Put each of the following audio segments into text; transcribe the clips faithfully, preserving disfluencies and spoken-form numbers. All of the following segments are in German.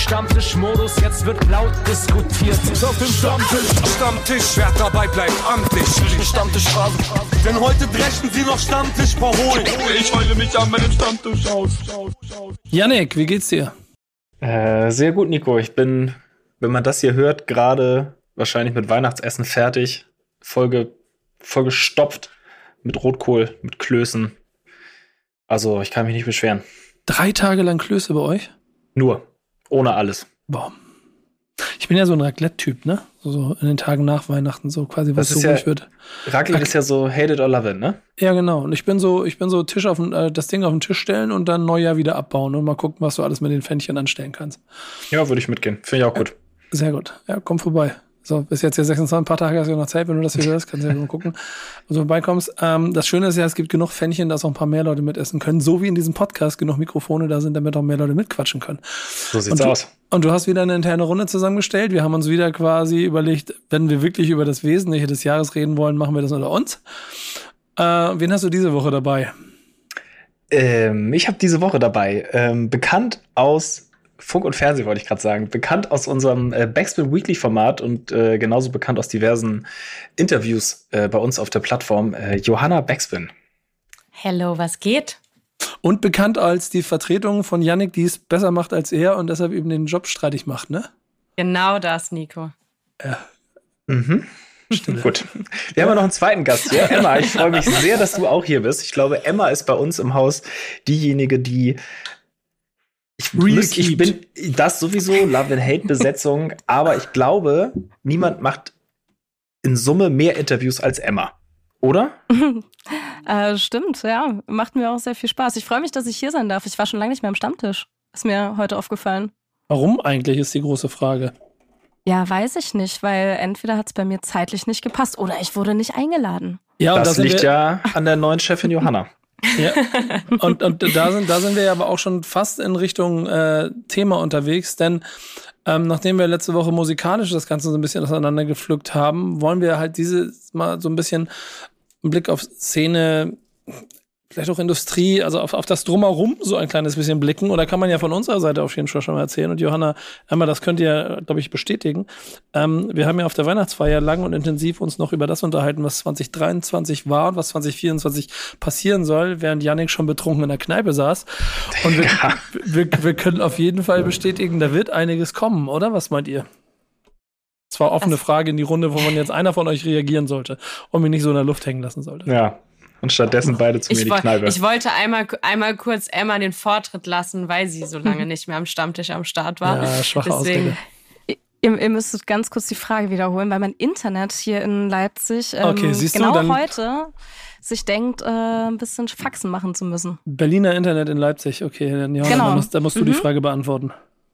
Stammtischmodus, jetzt wird laut diskutiert. Auf dem Stammtisch, Stammtisch, wer dabei bleibt, amtlich. Stammtisch Phase. Denn heute brechen sie noch Stammtisch verholen. Ich heule mich an meinem Stammtisch aus. Yannick, wie geht's dir? Äh, sehr gut, Nico. Ich bin, wenn man das hier hört, gerade wahrscheinlich mit Weihnachtsessen fertig. Voll, voll gestopft mit Rotkohl, mit Klößen. Also, ich kann mich nicht beschweren. Drei Tage lang Klöße bei euch? Nur. Ohne alles. Boah. Ich bin ja so ein Raclette-Typ, ne? So in den Tagen nach Weihnachten, so quasi, was das so ja, ruhig wird. Raclette ist ja so hate it or love it, ne? Ja, genau. Und ich bin so, ich bin so Tisch auf den, äh, das Ding auf den Tisch stellen und dann Neujahr wieder abbauen und mal gucken, was du alles mit den Pfännchen anstellen kannst. Ja, würde ich mitgehen. Finde ich auch gut. Ja, sehr gut. Ja, komm vorbei. So, bis jetzt ja sechsundzwanzig, ein paar Tage hast du ja noch Zeit, wenn du das hier hörst, kannst du ja mal gucken, ob du vorbeikommst. Ähm, das Schöne ist ja, es gibt genug Pfännchen, dass auch ein paar mehr Leute mitessen können, so wie in diesem Podcast genug Mikrofone da sind, damit auch mehr Leute mitquatschen können. So sieht's und du, aus. Und du hast wieder eine interne Runde zusammengestellt. Wir haben uns wieder quasi überlegt, wenn wir wirklich über das Wesentliche des Jahres reden wollen, machen wir das unter uns. Äh, wen hast du diese Woche dabei? Ähm, ich habe diese Woche dabei, ähm, bekannt aus Funk und Fernsehen, wollte ich gerade sagen. Bekannt aus unserem äh, Backspin Weekly Format und äh, genauso bekannt aus diversen Interviews äh, bei uns auf der Plattform, äh, Johanna Backspin. Hello, was geht? Und bekannt als die Vertretung von Yannick, die es besser macht als er und deshalb eben den Job streitig macht, ne? Genau das, Nico. Ja. Mhm. Gut. Wir haben ja noch einen zweiten Gast hier. Emma, ich freue mich sehr, dass du auch hier bist. Ich glaube, Emma ist bei uns im Haus diejenige, die Ich, muss, ich bin das sowieso, Love-and-Hate-Besetzung, aber ich glaube, niemand macht in Summe mehr Interviews als Emma, oder? äh, stimmt, ja. Macht mir auch sehr viel Spaß. Ich freue mich, dass ich hier sein darf. Ich war schon lange nicht mehr am Stammtisch. Ist mir heute aufgefallen. Warum eigentlich, ist die große Frage. Ja, weiß ich nicht, weil entweder hat es bei mir zeitlich nicht gepasst oder ich wurde nicht eingeladen. Ja, und das da liegt ja an der neuen Chefin Johanna. Ja, und, und da sind, da sind wir ja aber auch schon fast in Richtung äh, Thema unterwegs, denn ähm, nachdem wir letzte Woche musikalisch das Ganze so ein bisschen auseinander gepflückt haben, wollen wir halt dieses Mal so ein bisschen einen Blick auf Szene, vielleicht auch Industrie, also auf, auf das Drumherum so ein kleines bisschen blicken. Oder kann man ja von unserer Seite auf jeden Fall schon mal erzählen. Und Johanna, einmal, das könnt ihr, glaube ich, bestätigen. Ähm, wir haben ja auf der Weihnachtsfeier lang und intensiv uns noch über das unterhalten, was zwanzig dreiundzwanzig war und was zwanzig vierundzwanzig passieren soll, während Yannick schon betrunken in der Kneipe saß. Und wir, ja. wir, wir können auf jeden Fall bestätigen, da wird einiges kommen, oder? Was meint ihr? Das war offene Frage in die Runde, wo man jetzt einer von euch reagieren sollte und mich nicht so in der Luft hängen lassen sollte. Ja. Und stattdessen beide zu mir in die Kneipe. Ich wollte einmal, einmal kurz Emma den Vortritt lassen, weil sie so lange nicht mehr am Stammtisch am Start war. Ja, schwache Ausrede. Ihr, ihr müsstet ganz kurz die Frage wiederholen, weil mein Internet hier in Leipzig ähm, okay, siehst genau du, dann heute sich denkt, äh, ein bisschen Faxen machen zu müssen. Berliner Internet in Leipzig, okay. Dann, ja, genau. Da musst, da musst du mhm. die Frage beantworten.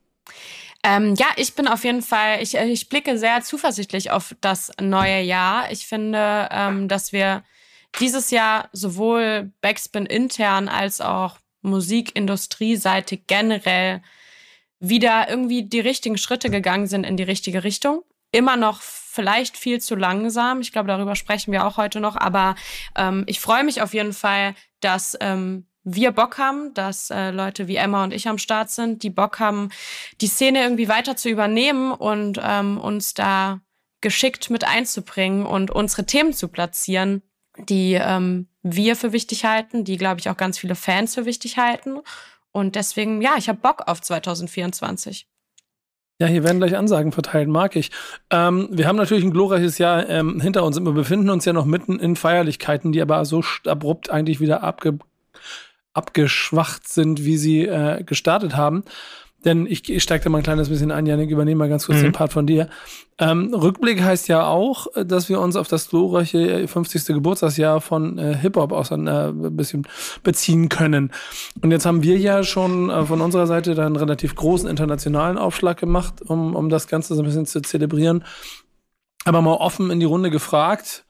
Ähm, ja, ich bin auf jeden Fall, ich, ich blicke sehr zuversichtlich auf das neue Jahr. Ich finde, ähm, dass wir dieses Jahr sowohl Backspin intern als auch musikindustrieseitig generell wieder irgendwie die richtigen Schritte gegangen sind in die richtige Richtung. Immer noch vielleicht viel zu langsam. Ich glaube, darüber sprechen wir auch heute noch. Aber ähm, ich freue mich auf jeden Fall, dass ähm, wir Bock haben, dass äh, Leute wie Emma und ich am Start sind, die Bock haben, die Szene irgendwie weiter zu übernehmen und ähm, uns da geschickt mit einzubringen und unsere Themen zu platzieren, die ähm, wir für wichtig halten, die, glaube ich, auch ganz viele Fans für wichtig halten. Und deswegen, ja, ich habe Bock auf zwanzig vierundzwanzig. Ja, hier werden gleich Ansagen verteilt, mag ich. Ähm, wir haben natürlich ein glorreiches Jahr ähm, hinter uns. Wir befinden uns ja noch mitten in Feierlichkeiten, die aber so abrupt eigentlich wieder abge- abgeschwacht sind, wie sie äh, gestartet haben. Denn ich, ich steige da mal ein kleines bisschen ein, Yannick, übernehme mal ganz kurz mhm. den Part von dir. Ähm, Rückblick heißt ja auch, dass wir uns auf das glorreiche fünfzigste Geburtstagsjahr von äh, Hip-Hop aus ein äh, bisschen beziehen können. Und jetzt haben wir ja schon äh, von unserer Seite da einen relativ großen internationalen Aufschlag gemacht, um, um das Ganze so ein bisschen zu zelebrieren. Aber mal offen in die Runde gefragt,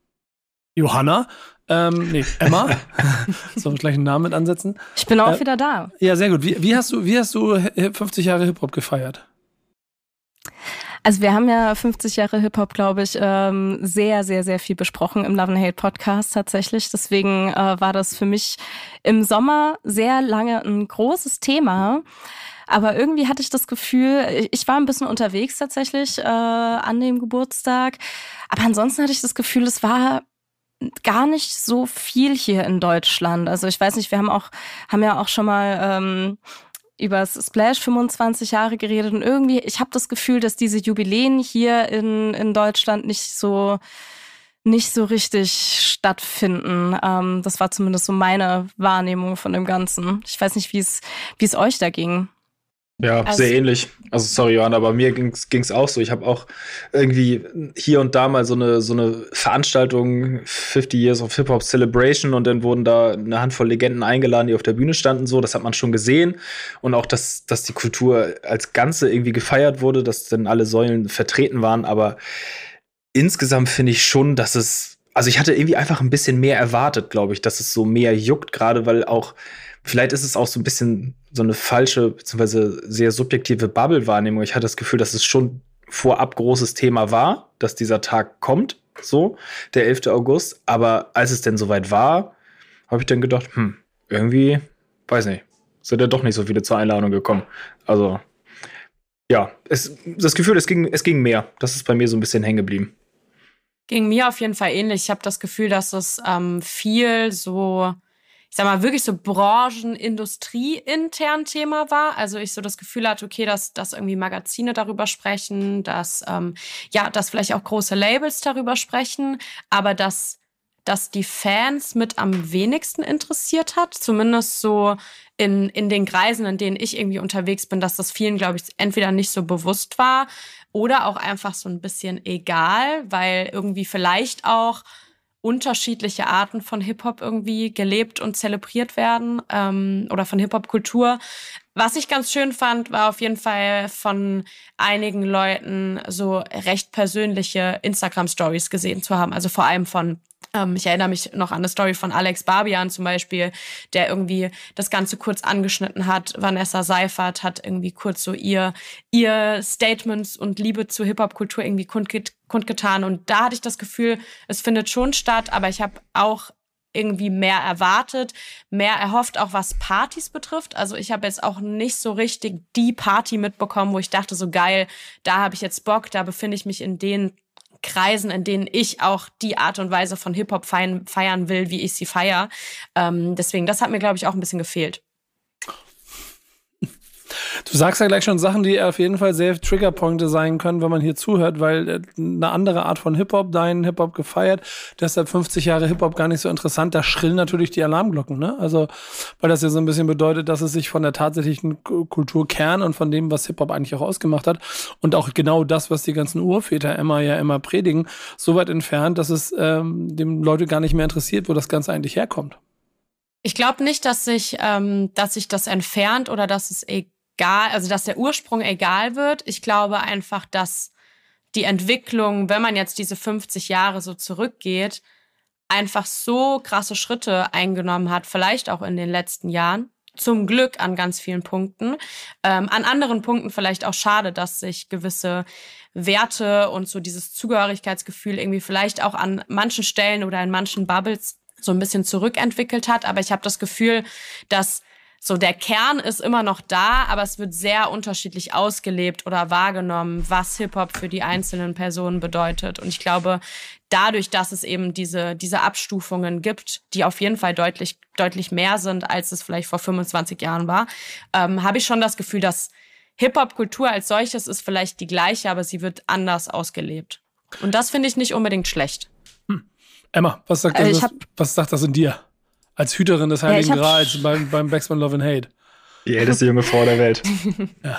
Johanna, Ähm, nee, Emma. So, gleich einen Namen mit ansetzen. Ich bin auch äh, wieder da. Ja, sehr gut. Wie, wie hast du, wie hast du fünfzig Jahre Hip-Hop gefeiert? Also wir haben ja fünfzig Jahre Hip-Hop, glaube ich, ähm, sehr, sehr, sehr viel besprochen im Love and Hate Podcast tatsächlich. Deswegen äh, war das für mich im Sommer sehr lange ein großes Thema. Aber irgendwie hatte ich das Gefühl, ich war ein bisschen unterwegs tatsächlich äh, an dem Geburtstag. Aber ansonsten hatte ich das Gefühl, es war gar nicht so viel hier in Deutschland. Also ich weiß nicht, wir haben auch haben ja auch schon mal ähm, über das Splash fünfundzwanzig Jahre geredet und irgendwie, ich habe das Gefühl, dass diese Jubiläen hier in in Deutschland nicht so nicht so richtig stattfinden. Ähm, das war zumindest so meine Wahrnehmung von dem Ganzen. Ich weiß nicht, wie es wie es euch da ging. Ja, also, sehr ähnlich. Also sorry, Johanna, aber mir ging's ging's auch so. Ich habe auch irgendwie hier und da mal so eine so eine Veranstaltung fifty Years of Hip Hop Celebration und dann wurden da eine Handvoll Legenden eingeladen, die auf der Bühne standen. So, das hat man schon gesehen und auch, dass dass die Kultur als Ganze irgendwie gefeiert wurde, dass dann alle Säulen vertreten waren. Aber insgesamt finde ich schon, dass es, also ich hatte irgendwie einfach ein bisschen mehr erwartet, glaube ich, dass es so mehr juckt, gerade weil auch vielleicht ist es auch so ein bisschen so eine falsche, beziehungsweise sehr subjektive Bubble-Wahrnehmung. Ich hatte das Gefühl, dass es schon vorab großes Thema war, dass dieser Tag kommt, so, der elfter August. Aber als es denn soweit war, habe ich dann gedacht, hm, irgendwie, weiß nicht, sind ja doch nicht so viele zur Einladung gekommen. Also, ja, es, das Gefühl, es ging, es ging mehr. Das ist bei mir so ein bisschen hängen geblieben. Ging mir auf jeden Fall ähnlich. Ich habe das Gefühl, dass es ähm, viel so, ich sag mal, wirklich so Branchen-Industrie-intern Thema war. Also ich so das Gefühl hatte, okay, dass, dass irgendwie Magazine darüber sprechen, dass, ähm, ja, dass vielleicht auch große Labels darüber sprechen, aber dass, dass die Fans mit am wenigsten interessiert hat, zumindest so in, in den Kreisen, in denen ich irgendwie unterwegs bin, dass das vielen, glaube ich, entweder nicht so bewusst war oder auch einfach so ein bisschen egal, weil irgendwie vielleicht auch unterschiedliche Arten von Hip-Hop irgendwie gelebt und zelebriert werden ähm, oder von Hip-Hop-Kultur. Was ich ganz schön fand, war auf jeden Fall von einigen Leuten so recht persönliche Instagram-Stories gesehen zu haben. Also vor allem von, ähm, ich erinnere mich noch an eine Story von Alex Barbian zum Beispiel, der irgendwie das Ganze kurz angeschnitten hat. Vanessa Seifert hat irgendwie kurz so ihr, ihr Statements und Liebe zur Hip-Hop-Kultur irgendwie kundget- kundgetan. Und da hatte ich das Gefühl, es findet schon statt, aber ich habe auch irgendwie mehr erwartet, mehr erhofft, auch was Partys betrifft. Also ich habe jetzt auch nicht so richtig die Party mitbekommen, wo ich dachte, so geil, da habe ich jetzt Bock, da befinde ich mich in den Kreisen, in denen ich auch die Art und Weise von Hip-Hop feiern will, wie ich sie feiere. Ähm, deswegen, das hat mir, glaube ich, auch ein bisschen gefehlt. Du sagst ja gleich schon Sachen, die auf jeden Fall sehr Triggerpunkte sein können, wenn man hier zuhört, weil eine andere Art von Hip-Hop, deinen Hip-Hop gefeiert, deshalb fünfzig Jahre Hip-Hop gar nicht so interessant, da schrillen natürlich die Alarmglocken, ne? Also, weil das ja so ein bisschen bedeutet, dass es sich von der tatsächlichen Kulturkern und von dem, was Hip-Hop eigentlich auch ausgemacht hat und auch genau das, was die ganzen Urväter immer ja immer predigen, so weit entfernt, dass es ähm, dem Leute gar nicht mehr interessiert, wo das Ganze eigentlich herkommt. Ich glaube nicht, dass sich, ähm, dass sich das entfernt oder dass es egal Egal, also dass der Ursprung egal wird. Ich glaube einfach, dass die Entwicklung, wenn man jetzt diese fünfzig Jahre so zurückgeht, einfach so krasse Schritte eingenommen hat, vielleicht auch in den letzten Jahren. Zum Glück an ganz vielen Punkten. Ähm, an anderen Punkten vielleicht auch schade, dass sich gewisse Werte und so dieses Zugehörigkeitsgefühl irgendwie vielleicht auch an manchen Stellen oder in manchen Bubbles so ein bisschen zurückentwickelt hat. Aber ich habe das Gefühl, dass so, der Kern ist immer noch da, aber es wird sehr unterschiedlich ausgelebt oder wahrgenommen, was Hip-Hop für die einzelnen Personen bedeutet. Und ich glaube, dadurch, dass es eben diese, diese Abstufungen gibt, die auf jeden Fall deutlich, deutlich mehr sind, als es vielleicht vor fünfundzwanzig Jahren war, ähm, habe ich schon das Gefühl, dass Hip-Hop-Kultur als solches ist vielleicht die gleiche, aber sie wird anders ausgelebt. Und das finde ich nicht unbedingt schlecht. Hm. Emma, was sagt, äh, das, was sagt das in dir? Als Hüterin des Heiligen ja, Grals beim, beim Backspin Love and Hate. Die älteste junge Frau der Welt. Ja.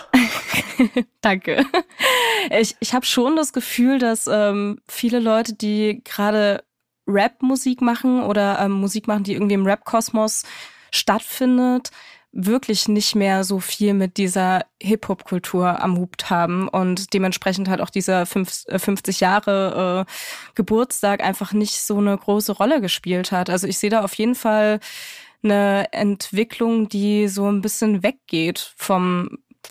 Danke. Ich, ich habe schon das Gefühl, dass ähm, viele Leute, die gerade Rap-Musik machen oder ähm, Musik machen, die irgendwie im Rap-Kosmos stattfindet, wirklich nicht mehr so viel mit dieser Hip-Hop-Kultur am Hut haben und dementsprechend halt auch dieser fünfzig Jahre äh, Geburtstag einfach nicht so eine große Rolle gespielt hat. Also ich sehe da auf jeden Fall eine Entwicklung, die so ein bisschen weggeht vom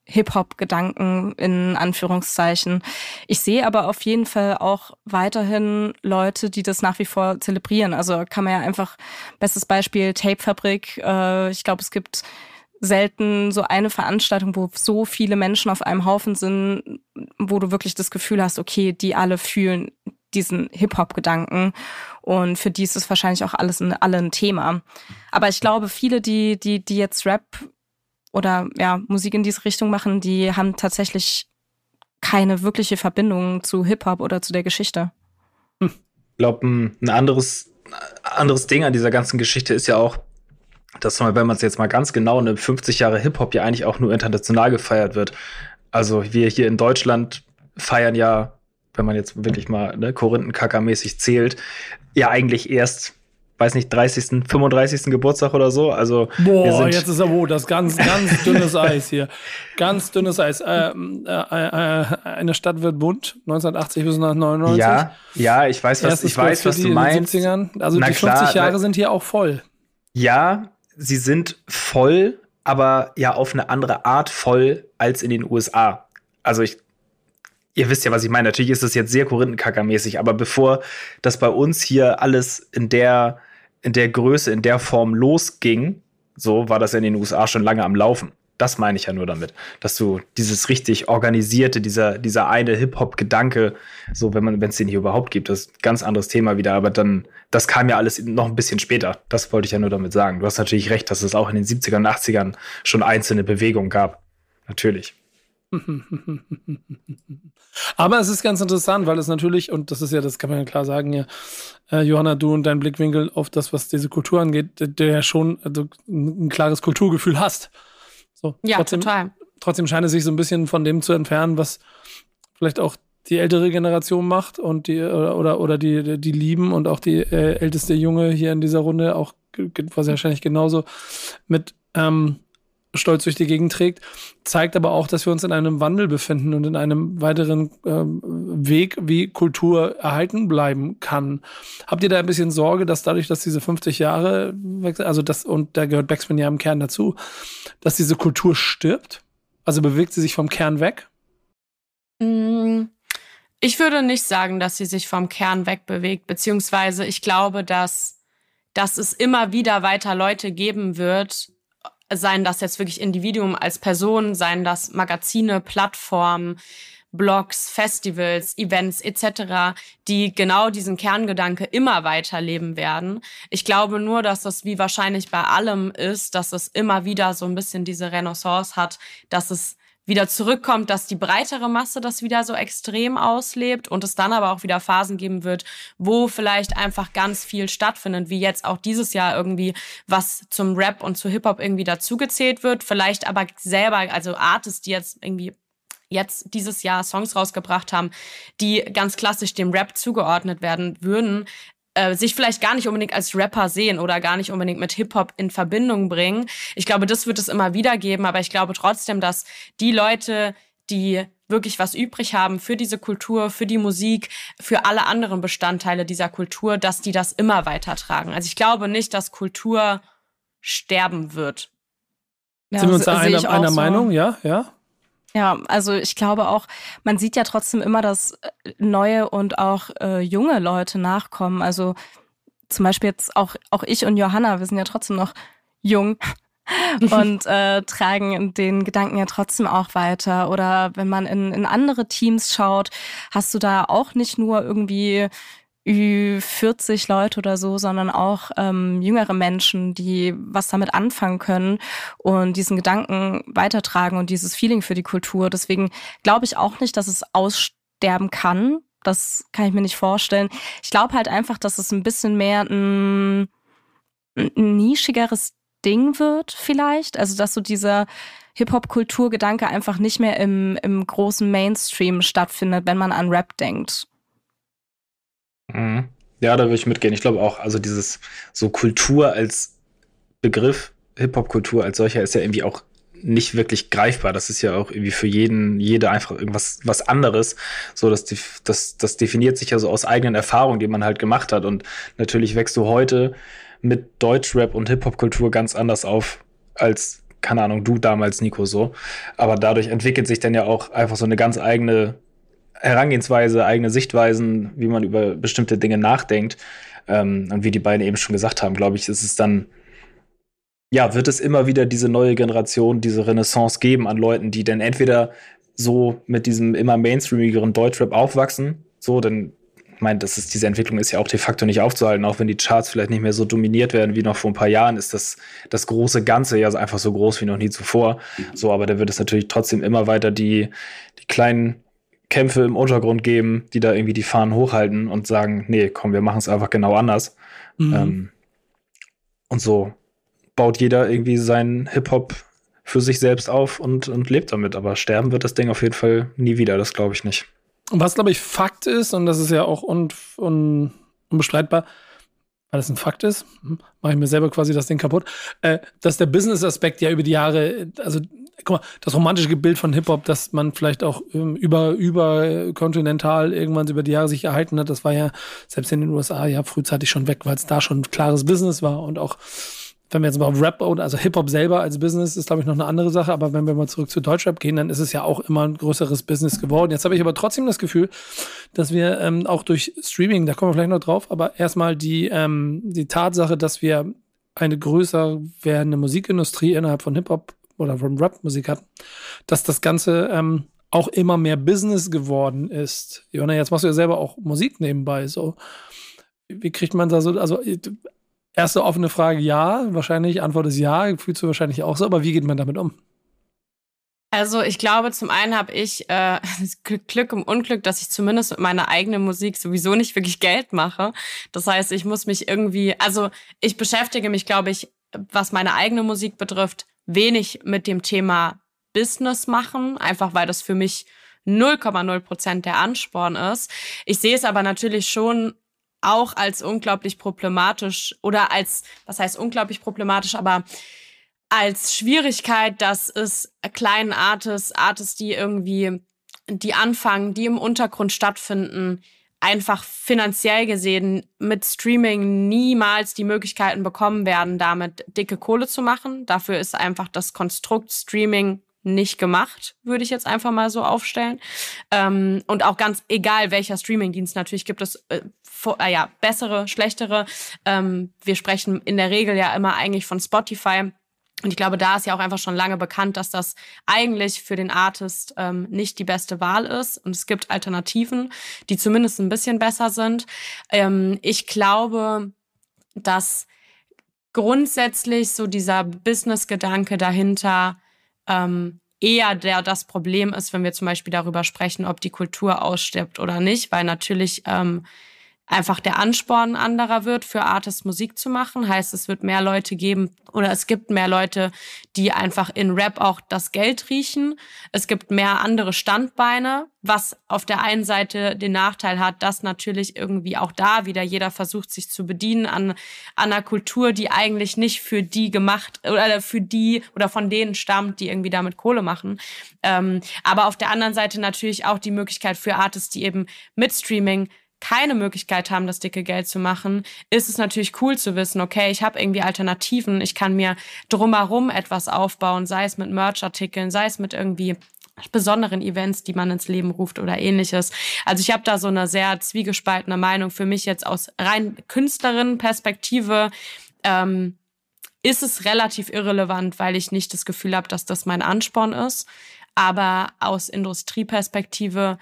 Hip-Hop-Gedanken in Anführungszeichen. Ich sehe aber auf jeden Fall auch weiterhin Leute, die das nach wie vor zelebrieren. Also kann man ja einfach, bestes Beispiel Tape-Fabrik. Äh, ich glaube, es gibt selten so eine Veranstaltung, wo so viele Menschen auf einem Haufen sind, wo du wirklich das Gefühl hast, okay, die alle fühlen diesen Hip-Hop-Gedanken und für die ist es wahrscheinlich auch alles ein, alle ein Thema. Aber ich glaube, viele, die, die, die jetzt Rap oder ja Musik in diese Richtung machen, die haben tatsächlich keine wirkliche Verbindung zu Hip-Hop oder zu der Geschichte. Ich glaube, ein anderes, anderes Ding an dieser ganzen Geschichte ist ja auch, dass man, wenn man es jetzt mal ganz genau nimmt, fünfzig Jahre Hip-Hop ja eigentlich auch nur international gefeiert wird. Also wir hier in Deutschland feiern ja, wenn man jetzt wirklich mal ne, Korinthenkacker-mäßig zählt, ja eigentlich erst weiß nicht, dreißigsten, fünfunddreißigsten Geburtstag oder so. Also boah, wir sind jetzt ist er wo, das ganz, ganz dünnes Eis hier. Ganz dünnes Eis. Äh, äh, äh, eine Stadt wird bunt, neunzehnhundertachtzig bis neunzehnhundertneunundneunzig. Ja, ja, ich weiß, was, Erstes ich weiß, was die du in den meinst. siebzigern. Also Na die klar, fünfzig Jahre na, sind hier auch voll. Ja, sie sind voll, aber ja auf eine andere Art voll als in den U S A. Also ich Ihr wisst ja, was ich meine. Natürlich ist das jetzt sehr Korinthenkacker-mäßig, aber bevor das bei uns hier alles in der, in der Größe, in der Form losging, so war das ja in den U S A schon lange am Laufen. Das meine ich ja nur damit, dass du dieses richtig organisierte, dieser, dieser eine Hip-Hop-Gedanke, so wenn man, wenn es den hier überhaupt gibt, das ist ein ganz anderes Thema wieder, aber dann, das kam ja alles noch ein bisschen später. Das wollte ich ja nur damit sagen. Du hast natürlich recht, dass es auch in den siebzigern und achtzigern schon einzelne Bewegungen gab. Natürlich. Aber es ist ganz interessant, weil es natürlich, und das ist ja, das kann man ja klar sagen, ja, äh, Johanna, du und dein Blickwinkel auf das, was diese Kultur angeht, der ja schon also, ein, ein klares Kulturgefühl hast. So, ja, trotzdem, total. Trotzdem scheint es sich so ein bisschen von dem zu entfernen, was vielleicht auch die ältere Generation macht und die oder oder, oder die die lieben und auch die äh, älteste Junge hier in dieser Runde auch was wahrscheinlich genauso mit ähm, stolz durch die Gegend trägt, zeigt aber auch, dass wir uns in einem Wandel befinden und in einem weiteren ähm, Weg, wie Kultur erhalten bleiben kann. Habt ihr da ein bisschen Sorge, dass dadurch, dass diese fünfzig Jahre, also das, und da gehört Backspin ja im Kern dazu, dass diese Kultur stirbt? Also bewegt sie sich vom Kern weg? Ich würde nicht sagen, dass sie sich vom Kern wegbewegt, beziehungsweise ich glaube, dass, dass es immer wieder weiter Leute geben wird, seien das jetzt wirklich Individuen als Person, seien das Magazine, Plattformen, Blogs, Festivals, Events et cetera, die genau diesen Kerngedanke immer weiterleben werden. Ich glaube nur, dass das wie wahrscheinlich bei allem ist, dass es immer wieder so ein bisschen diese Renaissance hat, dass es wieder zurückkommt, dass die breitere Masse das wieder so extrem auslebt und es dann aber auch wieder Phasen geben wird, wo vielleicht einfach ganz viel stattfindet, wie jetzt auch dieses Jahr irgendwie, was zum Rap und zu Hip-Hop irgendwie dazugezählt wird, vielleicht aber selber, also Artists, die jetzt irgendwie jetzt dieses Jahr Songs rausgebracht haben, die ganz klassisch dem Rap zugeordnet werden würden, äh, sich vielleicht gar nicht unbedingt als Rapper sehen oder gar nicht unbedingt mit Hip-Hop in Verbindung bringen. Ich glaube, das wird es immer wieder geben, aber ich glaube trotzdem, dass die Leute, die wirklich was übrig haben für diese Kultur, für die Musik, für alle anderen Bestandteile dieser Kultur, dass die das immer weitertragen. Also ich glaube nicht, dass Kultur sterben wird. Ja, sind wir uns da einer, einer so. Meinung? Ja, ja. Ja, also ich glaube auch, man sieht ja trotzdem immer, dass neue und auch äh, junge Leute nachkommen. Also zum Beispiel jetzt auch auch ich und Johanna, wir sind ja trotzdem noch jung und äh, tragen den Gedanken ja trotzdem auch weiter. Oder wenn man in, in andere Teams schaut, hast du da auch nicht nur irgendwie Ü vierzig Leute oder so, sondern auch ähm, jüngere Menschen, die was damit anfangen können und diesen Gedanken weitertragen und dieses Feeling für die Kultur. Deswegen glaube ich auch nicht, dass es aussterben kann. Das kann ich mir nicht vorstellen. Ich glaube halt einfach, dass es ein bisschen mehr ein, ein nischigeres Ding wird vielleicht. Also dass so dieser Hip-Hop-Kulturgedanke einfach nicht mehr im, im großen Mainstream stattfindet, wenn man an Rap denkt. Ja, da würde ich mitgehen. Ich glaube auch, also dieses so Kultur als Begriff, Hip-Hop-Kultur als solcher ist ja irgendwie auch nicht wirklich greifbar. Das ist ja auch irgendwie für jeden, jede einfach irgendwas was anderes. So, das, das, das definiert sich ja so aus eigenen Erfahrungen, die man halt gemacht hat. Und natürlich wächst du heute mit Deutschrap und Hip-Hop-Kultur ganz anders auf als keine Ahnung, du damals, Nico, so. Aber dadurch entwickelt sich dann ja auch einfach so eine ganz eigene Herangehensweise, eigene Sichtweisen, wie man über bestimmte Dinge nachdenkt. Ähm, und wie die beiden eben schon gesagt haben, glaube ich, ist es dann, ja, wird es immer wieder diese neue Generation, diese Renaissance geben an Leuten, die dann entweder so mit diesem immer mainstreamigeren Deutschrap aufwachsen, so, dann, ich meine, das ist, diese Entwicklung ist ja auch de facto nicht aufzuhalten, auch wenn die Charts vielleicht nicht mehr so dominiert werden wie noch vor ein paar Jahren, ist das, das große Ganze ja einfach so groß wie noch nie zuvor. So, aber da wird es natürlich trotzdem immer weiter die, die kleinen Kämpfe im Untergrund geben, die da irgendwie die Fahnen hochhalten und sagen, nee, komm, wir machen es einfach genau anders. Mhm. Ähm, und so baut jeder irgendwie seinen Hip-Hop für sich selbst auf und, und lebt damit. Aber sterben wird das Ding auf jeden Fall nie wieder, das glaube ich nicht. Und was, glaube ich, Fakt ist, und das ist ja auch un- un- unbestreitbar, weil das ein Fakt ist, mache ich mir selber quasi das Ding kaputt, äh, dass der Business-Aspekt ja über die Jahre, also guck mal, das romantische Bild von Hip-Hop, dass man vielleicht auch ähm, über, über kontinental irgendwann über die Jahre sich erhalten hat, das war ja selbst in den U S A ja frühzeitig schon weg, weil es da schon ein klares Business war. Und auch, wenn wir jetzt mal auf Rap oder also Hip-Hop selber als Business ist, glaube ich, noch eine andere Sache, aber wenn wir mal zurück zu Deutschrap gehen, dann ist es ja auch immer ein größeres Business geworden. Jetzt habe ich aber trotzdem das Gefühl, dass wir ähm, auch durch Streaming, da kommen wir vielleicht noch drauf, aber erstmal die, ähm, die Tatsache, dass wir eine größer werdende Musikindustrie innerhalb von Hip-Hop oder von Rap-Musik hatten, dass das Ganze ähm, auch immer mehr Business geworden ist. Jona, jetzt machst du ja selber auch Musik nebenbei. So, wie kriegt man da so, also erste offene Frage, ja, wahrscheinlich, Antwort ist ja, fühlst du wahrscheinlich auch so, aber wie geht man damit um? Also ich glaube, zum einen habe ich äh, Glück im Unglück, dass ich zumindest mit meiner eigenen Musik sowieso nicht wirklich Geld mache. Das heißt, ich muss mich irgendwie, also ich beschäftige mich, glaube ich, was meine eigene Musik betrifft, wenig mit dem Thema Business machen, einfach weil das für mich null Komma null Prozent der Ansporn ist. Ich sehe es aber natürlich schon auch als unglaublich problematisch oder als, was heißt unglaublich problematisch, aber als Schwierigkeit, dass es kleinen Artists, Artists, die irgendwie, die anfangen, die im Untergrund stattfinden, einfach finanziell gesehen mit Streaming niemals die Möglichkeiten bekommen werden, damit dicke Kohle zu machen. Dafür ist einfach das Konstrukt Streaming nicht gemacht, würde ich jetzt einfach mal so aufstellen. Ähm, und auch ganz egal, welcher Streamingdienst, natürlich gibt es äh, vor, äh, ja, bessere, schlechtere. Ähm, wir sprechen in der Regel ja immer eigentlich von Spotify. Und ich glaube, da ist ja auch einfach schon lange bekannt, dass das eigentlich für den Artist ähm, nicht die beste Wahl ist. Und es gibt Alternativen, die zumindest ein bisschen besser sind. Ähm, ich glaube, dass grundsätzlich so dieser Business-Gedanke dahinter ähm, eher der das Problem ist, wenn wir zum Beispiel darüber sprechen, ob die Kultur ausstirbt oder nicht. Weil natürlich ähm, einfach der Ansporn anderer wird, für Artists Musik zu machen. Heißt, es wird mehr Leute geben oder es gibt mehr Leute, die einfach in Rap auch das Geld riechen. Es gibt mehr andere Standbeine, was auf der einen Seite den Nachteil hat, dass natürlich irgendwie auch da wieder jeder versucht, sich zu bedienen an, an einer Kultur, die eigentlich nicht für die gemacht oder für die oder von denen stammt, die irgendwie damit Kohle machen. Ähm, aber auf der anderen Seite natürlich auch die Möglichkeit für Artists, die eben mit Streaming keine Möglichkeit haben, das dicke Geld zu machen, ist es natürlich cool zu wissen, okay, ich habe irgendwie Alternativen, ich kann mir drumherum etwas aufbauen, sei es mit Merch-Artikeln, sei es mit irgendwie besonderen Events, die man ins Leben ruft oder ähnliches. Also ich habe da so eine sehr zwiegespaltene Meinung. Für mich jetzt aus rein Künstlerinnen-Perspektive ähm, ist es relativ irrelevant, weil ich nicht das Gefühl habe, dass das mein Ansporn ist. Aber aus Industrieperspektive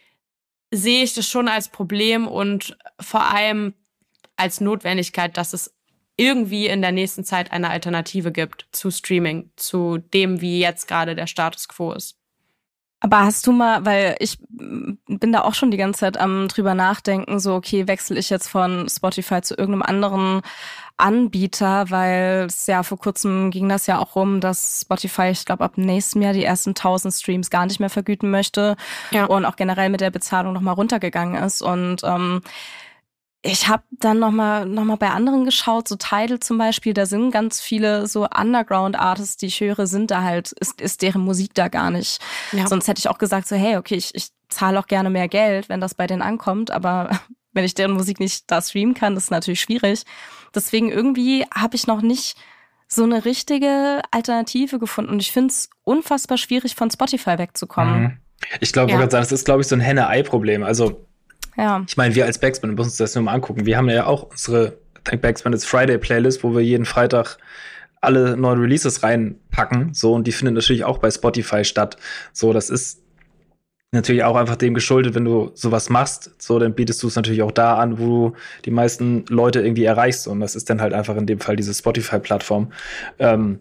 sehe ich das schon als Problem und vor allem als Notwendigkeit, dass es irgendwie in der nächsten Zeit eine Alternative gibt zu Streaming, zu dem, wie jetzt gerade der Status quo ist. Aber hast du mal, weil ich bin da auch schon die ganze Zeit am drüber nachdenken, so okay, wechsle ich jetzt von Spotify zu irgendeinem anderen Anbieter, weil es ja vor kurzem ging das ja auch rum, dass Spotify, ich glaube ab nächstem Jahr die ersten tausend Streams gar nicht mehr vergüten möchte, ja, und auch generell mit der Bezahlung nochmal runtergegangen ist. Und ähm, ich habe dann nochmal noch mal bei anderen geschaut, so Tidal zum Beispiel, da sind ganz viele so Underground-Artists, die ich höre, sind da halt, ist, ist deren Musik da gar nicht. Ja. Sonst hätte ich auch gesagt so, hey, okay, ich, ich zahle auch gerne mehr Geld, wenn das bei denen ankommt, aber wenn ich deren Musik nicht da streamen kann, das ist natürlich schwierig. Deswegen irgendwie habe ich noch nicht so eine richtige Alternative gefunden. Und ich finde es unfassbar schwierig, von Spotify wegzukommen. Mhm. Ich glaube, Ja. das ist, glaube ich, so ein Henne-Ei-Problem. Also, Ja. ich meine, wir als Backspin müssen uns das nur mal angucken. Wir haben ja auch unsere Thank Backspin It's Friday Playlist, wo wir jeden Freitag alle neuen Releases reinpacken. So, und die finden natürlich auch bei Spotify statt. So, das ist natürlich auch einfach dem geschuldet, wenn du sowas machst, so, dann bietest du es natürlich auch da an, wo du die meisten Leute irgendwie erreichst. Und das ist dann halt einfach in dem Fall diese Spotify-Plattform. Ähm,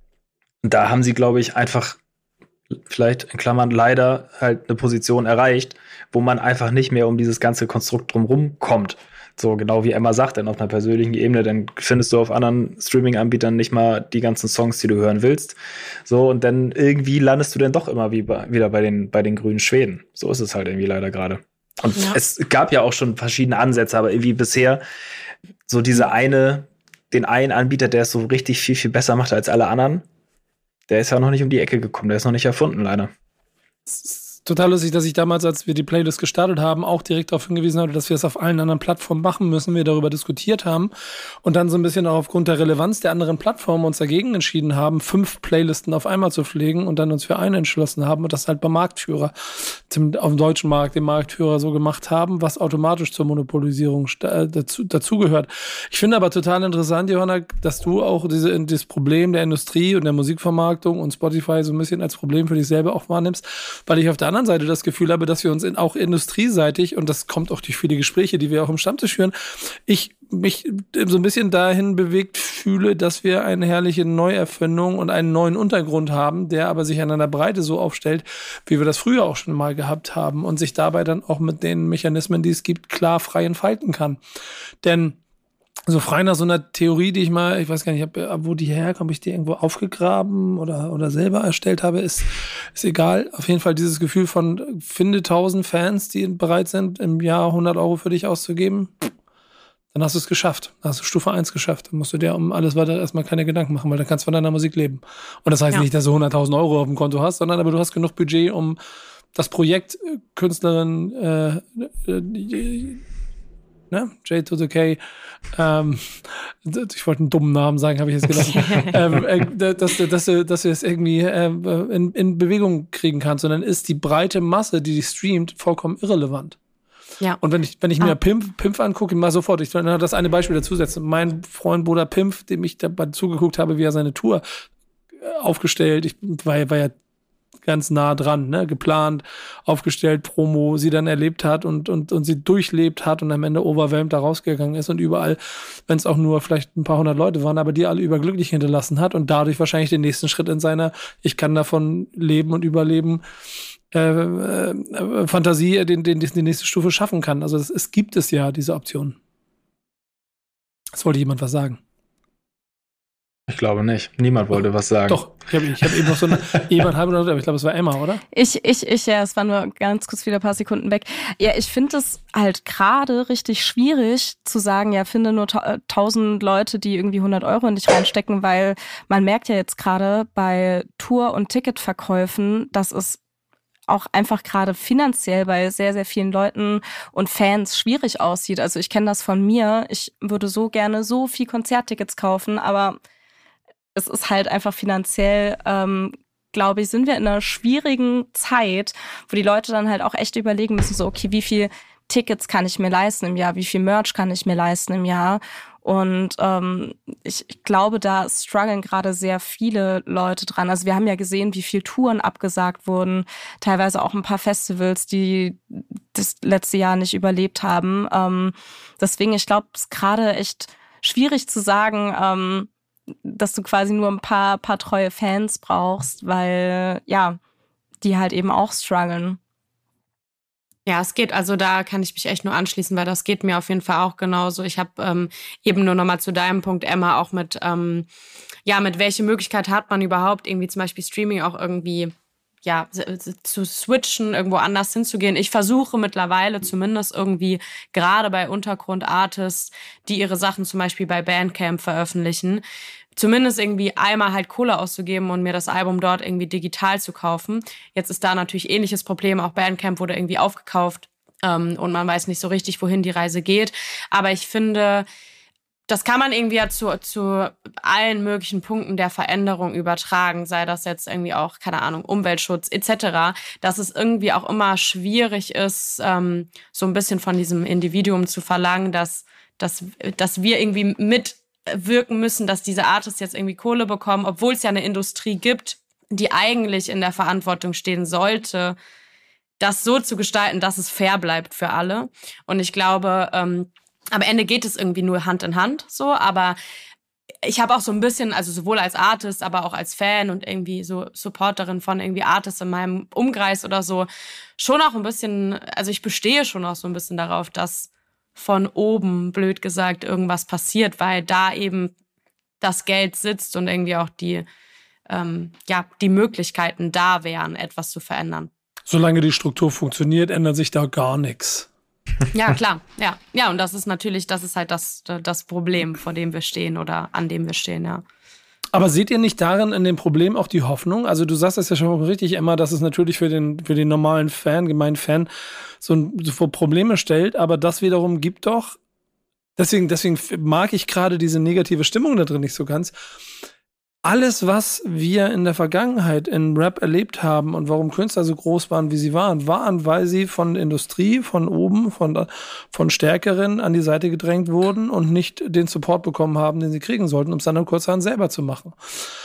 da haben sie, glaube ich, einfach vielleicht in Klammern leider halt eine Position erreicht, wo man einfach nicht mehr um dieses ganze Konstrukt drumherum kommt. So genau wie Emma sagt, denn auf einer persönlichen Ebene, dann findest du auf anderen Streaming-Anbietern nicht mal die ganzen Songs, die du hören willst. So, und dann irgendwie landest du dann doch immer wie bei, wieder bei den, bei den grünen Schweden. So ist es halt irgendwie leider gerade. Und Ja. es gab ja auch schon verschiedene Ansätze, aber irgendwie bisher so diese eine, den einen Anbieter, der es so richtig viel, viel besser macht als alle anderen, der ist ja noch nicht um die Ecke gekommen, der ist noch nicht erfunden, leider. Es ist total lustig, dass ich damals, als wir die Playlist gestartet haben, auch direkt darauf hingewiesen habe, dass wir es auf allen anderen Plattformen machen müssen, wir darüber diskutiert haben und dann so ein bisschen auch aufgrund der Relevanz der anderen Plattformen uns dagegen entschieden haben, fünf Playlisten auf einmal zu pflegen und dann uns für eine entschlossen haben und das halt beim Marktführer, zum, auf dem deutschen Markt, dem Marktführer so gemacht haben, was automatisch zur Monopolisierung äh, dazu, dazugehört. Ich finde aber total interessant, Johanna, dass du auch diese, dieses Problem der Industrie und der Musikvermarktung und Spotify so ein bisschen als Problem für dich selber auch wahrnimmst, weil ich auf der anderen Seite das Gefühl habe, dass wir uns in, auch industrieseitig, und das kommt auch durch viele Gespräche, die wir auch im Stammtisch führen, ich mich so ein bisschen dahin bewegt fühle, dass wir eine herrliche Neuerfindung und einen neuen Untergrund haben, der aber sich an einer Breite so aufstellt, wie wir das früher auch schon mal gehabt haben und sich dabei dann auch mit den Mechanismen, die es gibt, klar frei entfalten kann. Denn so frei nach so einer Theorie, die ich mal, ich weiß gar nicht, wo die herkommt, ob ich die irgendwo aufgegraben oder, oder selber erstellt habe, ist, ist egal. Auf jeden Fall dieses Gefühl von, finde tausend Fans, die bereit sind, im Jahr hundert Euro für dich auszugeben, dann hast du es geschafft. Dann hast du Stufe eins geschafft. Dann musst du dir um alles weiter erstmal keine Gedanken machen, weil dann kannst du von deiner Musik leben. Und das heißt Ja. nicht, dass du hunderttausend Euro auf dem Konto hast, sondern aber du hast genug Budget, um das Projekt Künstlerin, äh, äh, ne? J to the K, ähm, ich wollte einen dummen Namen sagen, habe ich jetzt gelassen, ähm, äh, dass, dass, dass, dass du es irgendwie äh, in, in Bewegung kriegen kannst, sondern ist die breite Masse, die dich streamt, vollkommen irrelevant. Ja. Und wenn ich, wenn ich mir Ah. Pimp, Pimp angucke, mal sofort, ich will das eine Beispiel dazusetzen. Mein Freund Bruder Pimp, dem ich dabei zugeguckt habe, wie er seine Tour aufgestellt, ich war, war ja ganz nah dran, ne, geplant, aufgestellt, Promo, sie dann erlebt hat und, und, und sie durchlebt hat und am Ende overwhelmed da rausgegangen ist und überall, wenn es auch nur vielleicht ein paar hundert Leute waren, aber die alle überglücklich hinterlassen hat und dadurch wahrscheinlich den nächsten Schritt in seiner ich kann davon leben und überleben äh, äh, Fantasie den, den, die nächste Stufe schaffen kann. Also das, es gibt es ja, diese Option. Es wollte jemand was sagen. Ich glaube nicht. Niemand wollte was sagen. Doch, ich habe ich hab eben noch so eine, jemand halb oder, aber ich glaube, es war Emma, oder? Ich, ich, ich, ja, es war nur ganz kurz wieder ein paar Sekunden weg. Ja, ich finde es halt gerade richtig schwierig zu sagen, ja, finde nur ta- tausend Leute, die irgendwie hundert Euro in dich reinstecken, weil man merkt ja jetzt gerade bei Tour- und Ticketverkäufen, dass es auch einfach gerade finanziell bei sehr, sehr vielen Leuten und Fans schwierig aussieht. Also ich kenne das von mir. Ich würde so gerne so viel Konzerttickets kaufen, aber es ist halt einfach finanziell, ähm, glaube ich, sind wir in einer schwierigen Zeit, wo die Leute dann halt auch echt überlegen müssen, so, okay, wie viel Tickets kann ich mir leisten im Jahr, wie viel Merch kann ich mir leisten im Jahr? Und ähm, ich, ich glaube, da strugglen gerade sehr viele Leute dran. Also wir haben ja gesehen, wie viele Touren abgesagt wurden, teilweise auch ein paar Festivals, die das letzte Jahr nicht überlebt haben. Ähm, deswegen, ich glaube, es ist gerade echt schwierig zu sagen, ähm, dass du quasi nur ein paar, paar treue Fans brauchst, weil, ja, die halt eben auch strugglen. Ja, es geht, also da kann ich mich echt nur anschließen, weil das geht mir auf jeden Fall auch genauso. Ich habe ähm, eben nur nochmal zu deinem Punkt, Emma, auch mit, ähm, ja, mit welche Möglichkeit hat man überhaupt, irgendwie zum Beispiel Streaming auch irgendwie, ja, zu switchen, irgendwo anders hinzugehen. Ich versuche mittlerweile zumindest irgendwie, gerade bei Untergrund-Artists, die ihre Sachen zum Beispiel bei Bandcamp veröffentlichen, zumindest irgendwie einmal halt Kohle auszugeben und mir das Album dort irgendwie digital zu kaufen. Jetzt ist da natürlich ähnliches Problem. Auch Bandcamp wurde irgendwie aufgekauft ähm, und man weiß nicht so richtig, wohin die Reise geht. Aber ich finde, das kann man irgendwie ja zu, zu allen möglichen Punkten der Veränderung übertragen, sei das jetzt irgendwie auch, keine Ahnung, Umweltschutz et cetera, dass es irgendwie auch immer schwierig ist, ähm, so ein bisschen von diesem Individuum zu verlangen, dass, dass, dass wir irgendwie mitwirken müssen, dass diese Artists jetzt irgendwie Kohle bekommen, obwohl es ja eine Industrie gibt, die eigentlich in der Verantwortung stehen sollte, das so zu gestalten, dass es fair bleibt für alle. Und ich glaube, ähm, am Ende geht es irgendwie nur Hand in Hand so, aber ich habe auch so ein bisschen, also sowohl als Artist, aber auch als Fan und irgendwie so Supporterin von irgendwie Artists in meinem Umkreis oder so, schon auch ein bisschen, also ich bestehe schon auch so ein bisschen darauf, dass von oben, blöd gesagt, irgendwas passiert, weil da eben das Geld sitzt und irgendwie auch die, ähm, ja, die Möglichkeiten da wären, etwas zu verändern. Solange die Struktur funktioniert, ändert sich da gar nichts. Ja, klar. Ja, ja, und das ist natürlich, das ist halt das, das Problem, vor dem wir stehen oder an dem wir stehen, ja. Aber seht ihr nicht darin in dem Problem auch die Hoffnung? Also du sagst das ja schon richtig, Emma, dass es natürlich für den, für den normalen Fan, gemeinen Fan, so, ein, so vor Probleme stellt, aber das wiederum gibt doch, deswegen, deswegen mag ich gerade diese negative Stimmung da drin nicht so ganz. Alles, was wir in der Vergangenheit in Rap erlebt haben und warum Künstler so groß waren, wie sie waren, waren, weil sie von der Industrie, von oben, von, von Stärkeren an die Seite gedrängt wurden und nicht den Support bekommen haben, den sie kriegen sollten, um es dann kurzerhand selber zu machen.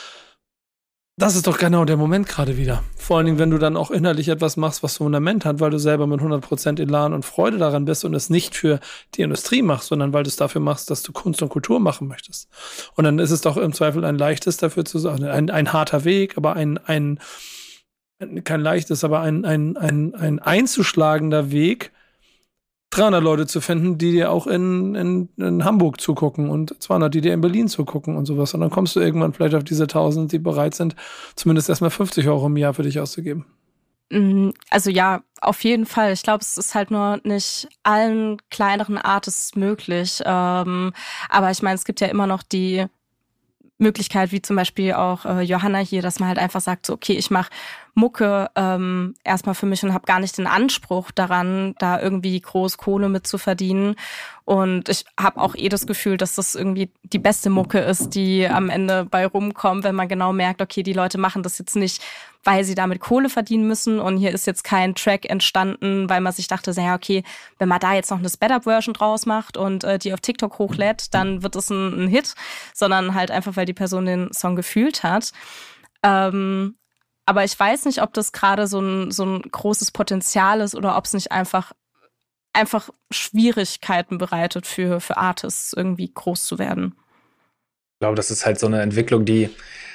Das ist doch genau der Moment gerade wieder. Vor allen Dingen, wenn du dann auch inhaltlich etwas machst, was Fundament hat, weil du selber mit hundert Prozent Elan und Freude daran bist und es nicht für die Industrie machst, sondern weil du es dafür machst, dass du Kunst und Kultur machen möchtest. Und dann ist es doch im Zweifel ein leichtes dafür zu sagen, ein, ein harter Weg, aber ein, ein, kein leichtes, aber ein, ein, ein, ein einzuschlagender Weg, dreihundert Leute zu finden, die dir auch in, in, in Hamburg zugucken und zweihundert, die dir in Berlin zugucken und sowas. Und dann kommst du irgendwann vielleicht auf diese tausend, die bereit sind, zumindest erstmal fünfzig Euro im Jahr für dich auszugeben. Also ja, auf jeden Fall. Ich glaube, es ist halt nur nicht allen kleineren Artists möglich. Ähm, aber ich meine, es gibt ja immer noch die Möglichkeit, wie zum Beispiel auch äh, Johanna hier, dass man halt einfach sagt, so okay, ich mache Mucke ähm, erstmal für mich und habe gar nicht den Anspruch daran, da irgendwie groß Kohle mit zu verdienen. Und ich habe auch eh das Gefühl, dass das irgendwie die beste Mucke ist, die am Ende bei rumkommt, wenn man genau merkt, okay, die Leute machen das jetzt nicht, weil sie damit Kohle verdienen müssen. Und hier ist jetzt kein Track entstanden, weil man sich dachte, ja, okay, wenn man da jetzt noch eine Sped-Up-Version draus macht und äh, die auf TikTok hochlädt, dann wird es ein, ein Hit, sondern halt einfach, weil die Person den Song gefühlt hat. Ähm, aber ich weiß nicht, ob das gerade so ein, so ein großes Potenzial ist oder ob es nicht einfach, einfach Schwierigkeiten bereitet für, für Artists, irgendwie groß zu werden. Ich glaube, das ist halt so eine Entwicklung, die,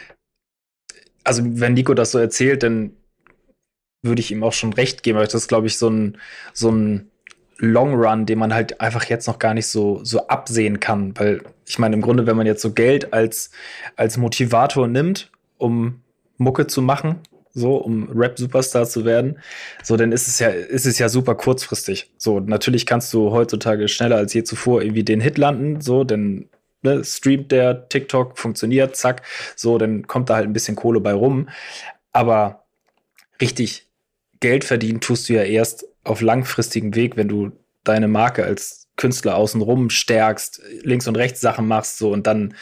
also wenn Nico das so erzählt, dann würde ich ihm auch schon recht geben. Aber das ist, glaube ich, so ein, so ein Long Run, den man halt einfach jetzt noch gar nicht so, so absehen kann. Weil ich meine, im Grunde, wenn man jetzt so Geld als, als Motivator nimmt, um Mucke zu machen, so, um Rap-Superstar zu werden, so, dann ist es ja, ist es ja super kurzfristig. So, natürlich kannst du heutzutage schneller als je zuvor irgendwie den Hit landen, so, denn ne, streamt der TikTok, funktioniert, zack, so, dann kommt da halt ein bisschen Kohle bei rum. Aber richtig Geld verdienen tust du ja erst auf langfristigem Weg, wenn du deine Marke als Künstler außenrum stärkst, links und rechts Sachen machst, so, und dann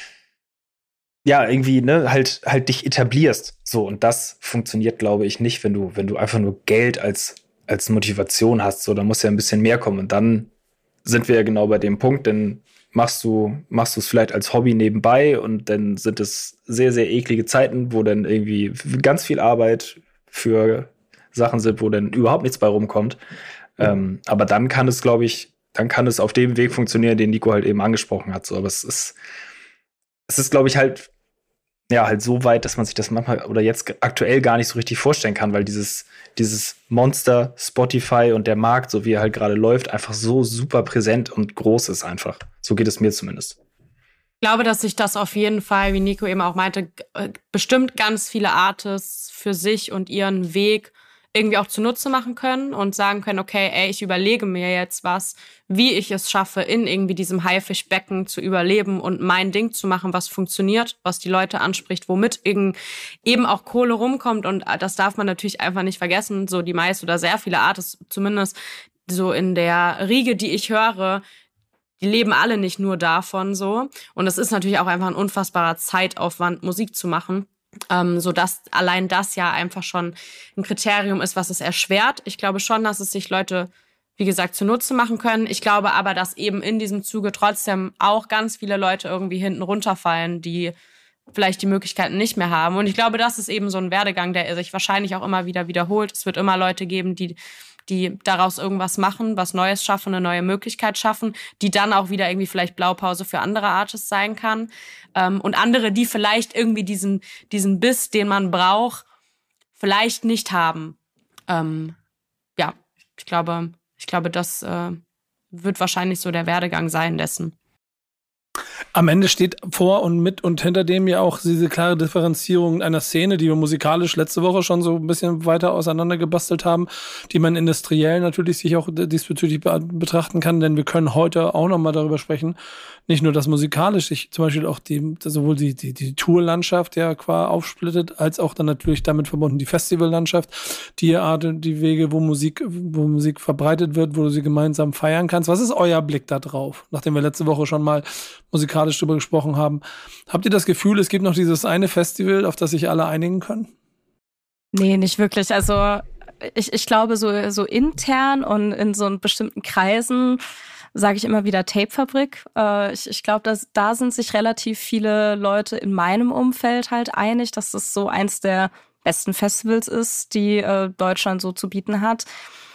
ja, irgendwie, ne, halt, halt dich etablierst. So, und das funktioniert, glaube ich, nicht, wenn du, wenn du einfach nur Geld als, als Motivation hast. So, da muss ja ein bisschen mehr kommen. Und dann sind wir ja genau bei dem Punkt, dann machst du, machst du es vielleicht als Hobby nebenbei und dann sind es sehr, sehr eklige Zeiten, wo dann irgendwie ganz viel Arbeit für Sachen sind, wo dann überhaupt nichts bei rumkommt. Mhm. Ähm, aber dann kann es, glaube ich, dann kann es auf dem Weg funktionieren, den Nico halt eben angesprochen hat. So, aber es ist, es ist, glaube ich, halt, ja, halt so weit, dass man sich das manchmal oder jetzt aktuell gar nicht so richtig vorstellen kann, weil dieses, dieses Monster Spotify und der Markt, so wie er halt gerade läuft, einfach so super präsent und groß ist einfach. So geht es mir zumindest. Ich glaube, dass sich das auf jeden Fall, wie Nico eben auch meinte, bestimmt ganz viele Artists für sich und ihren Weg irgendwie auch zunutze machen können und sagen können, okay, ey, ich überlege mir jetzt was, wie ich es schaffe, in irgendwie diesem Haifischbecken zu überleben und mein Ding zu machen, was funktioniert, was die Leute anspricht, womit eben auch Kohle rumkommt. Und das darf man natürlich einfach nicht vergessen. So die meisten oder sehr viele Artists, zumindest so in der Riege, die ich höre, die leben alle nicht nur davon so. Und es ist natürlich auch einfach ein unfassbarer Zeitaufwand, Musik zu machen. Ähm, so dass allein das ja einfach schon ein Kriterium ist, was es erschwert. Ich glaube schon, dass es sich Leute, wie gesagt, zunutze machen können. Ich glaube aber, dass eben in diesem Zuge trotzdem auch ganz viele Leute irgendwie hinten runterfallen, die vielleicht die Möglichkeiten nicht mehr haben. Und ich glaube, das ist eben so ein Werdegang, der sich wahrscheinlich auch immer wieder wiederholt. Es wird immer Leute geben, die die daraus irgendwas machen, was Neues schaffen, eine neue Möglichkeit schaffen, die dann auch wieder irgendwie vielleicht Blaupause für andere Artists sein kann. Ähm, und andere, die vielleicht irgendwie diesen, diesen Biss, den man braucht, vielleicht nicht haben. Ähm, ja, ich glaube, ich glaube, das äh, wird wahrscheinlich so der Werdegang sein dessen. Am Ende steht vor und mit und hinter dem ja auch diese klare Differenzierung einer Szene, die wir musikalisch letzte Woche schon so ein bisschen weiter auseinandergebastelt haben, die man industriell natürlich sich auch diesbezüglich be- betrachten kann, denn wir können heute auch nochmal darüber sprechen, nicht nur, dass musikalisch sich zum Beispiel auch die, sowohl die, die, die Tourlandschaft ja qua aufsplittet, als auch dann natürlich damit verbunden die Festivallandschaft, die Art, die Wege, wo Musik, wo Musik verbreitet wird, wo du sie gemeinsam feiern kannst. Was ist euer Blick da drauf, nachdem wir letzte Woche schon mal musikalisch drüber gesprochen haben? Habt ihr das Gefühl, es gibt noch dieses eine Festival, auf das sich alle einigen können? Nee, nicht wirklich. Also ich, ich glaube, so, so intern und in so bestimmten Kreisen sage ich immer wieder Tapefabrik. Äh, ich ich glaube, dass da sind sich relativ viele Leute in meinem Umfeld halt einig, dass das so eins der besten Festivals ist, die äh, Deutschland so zu bieten hat.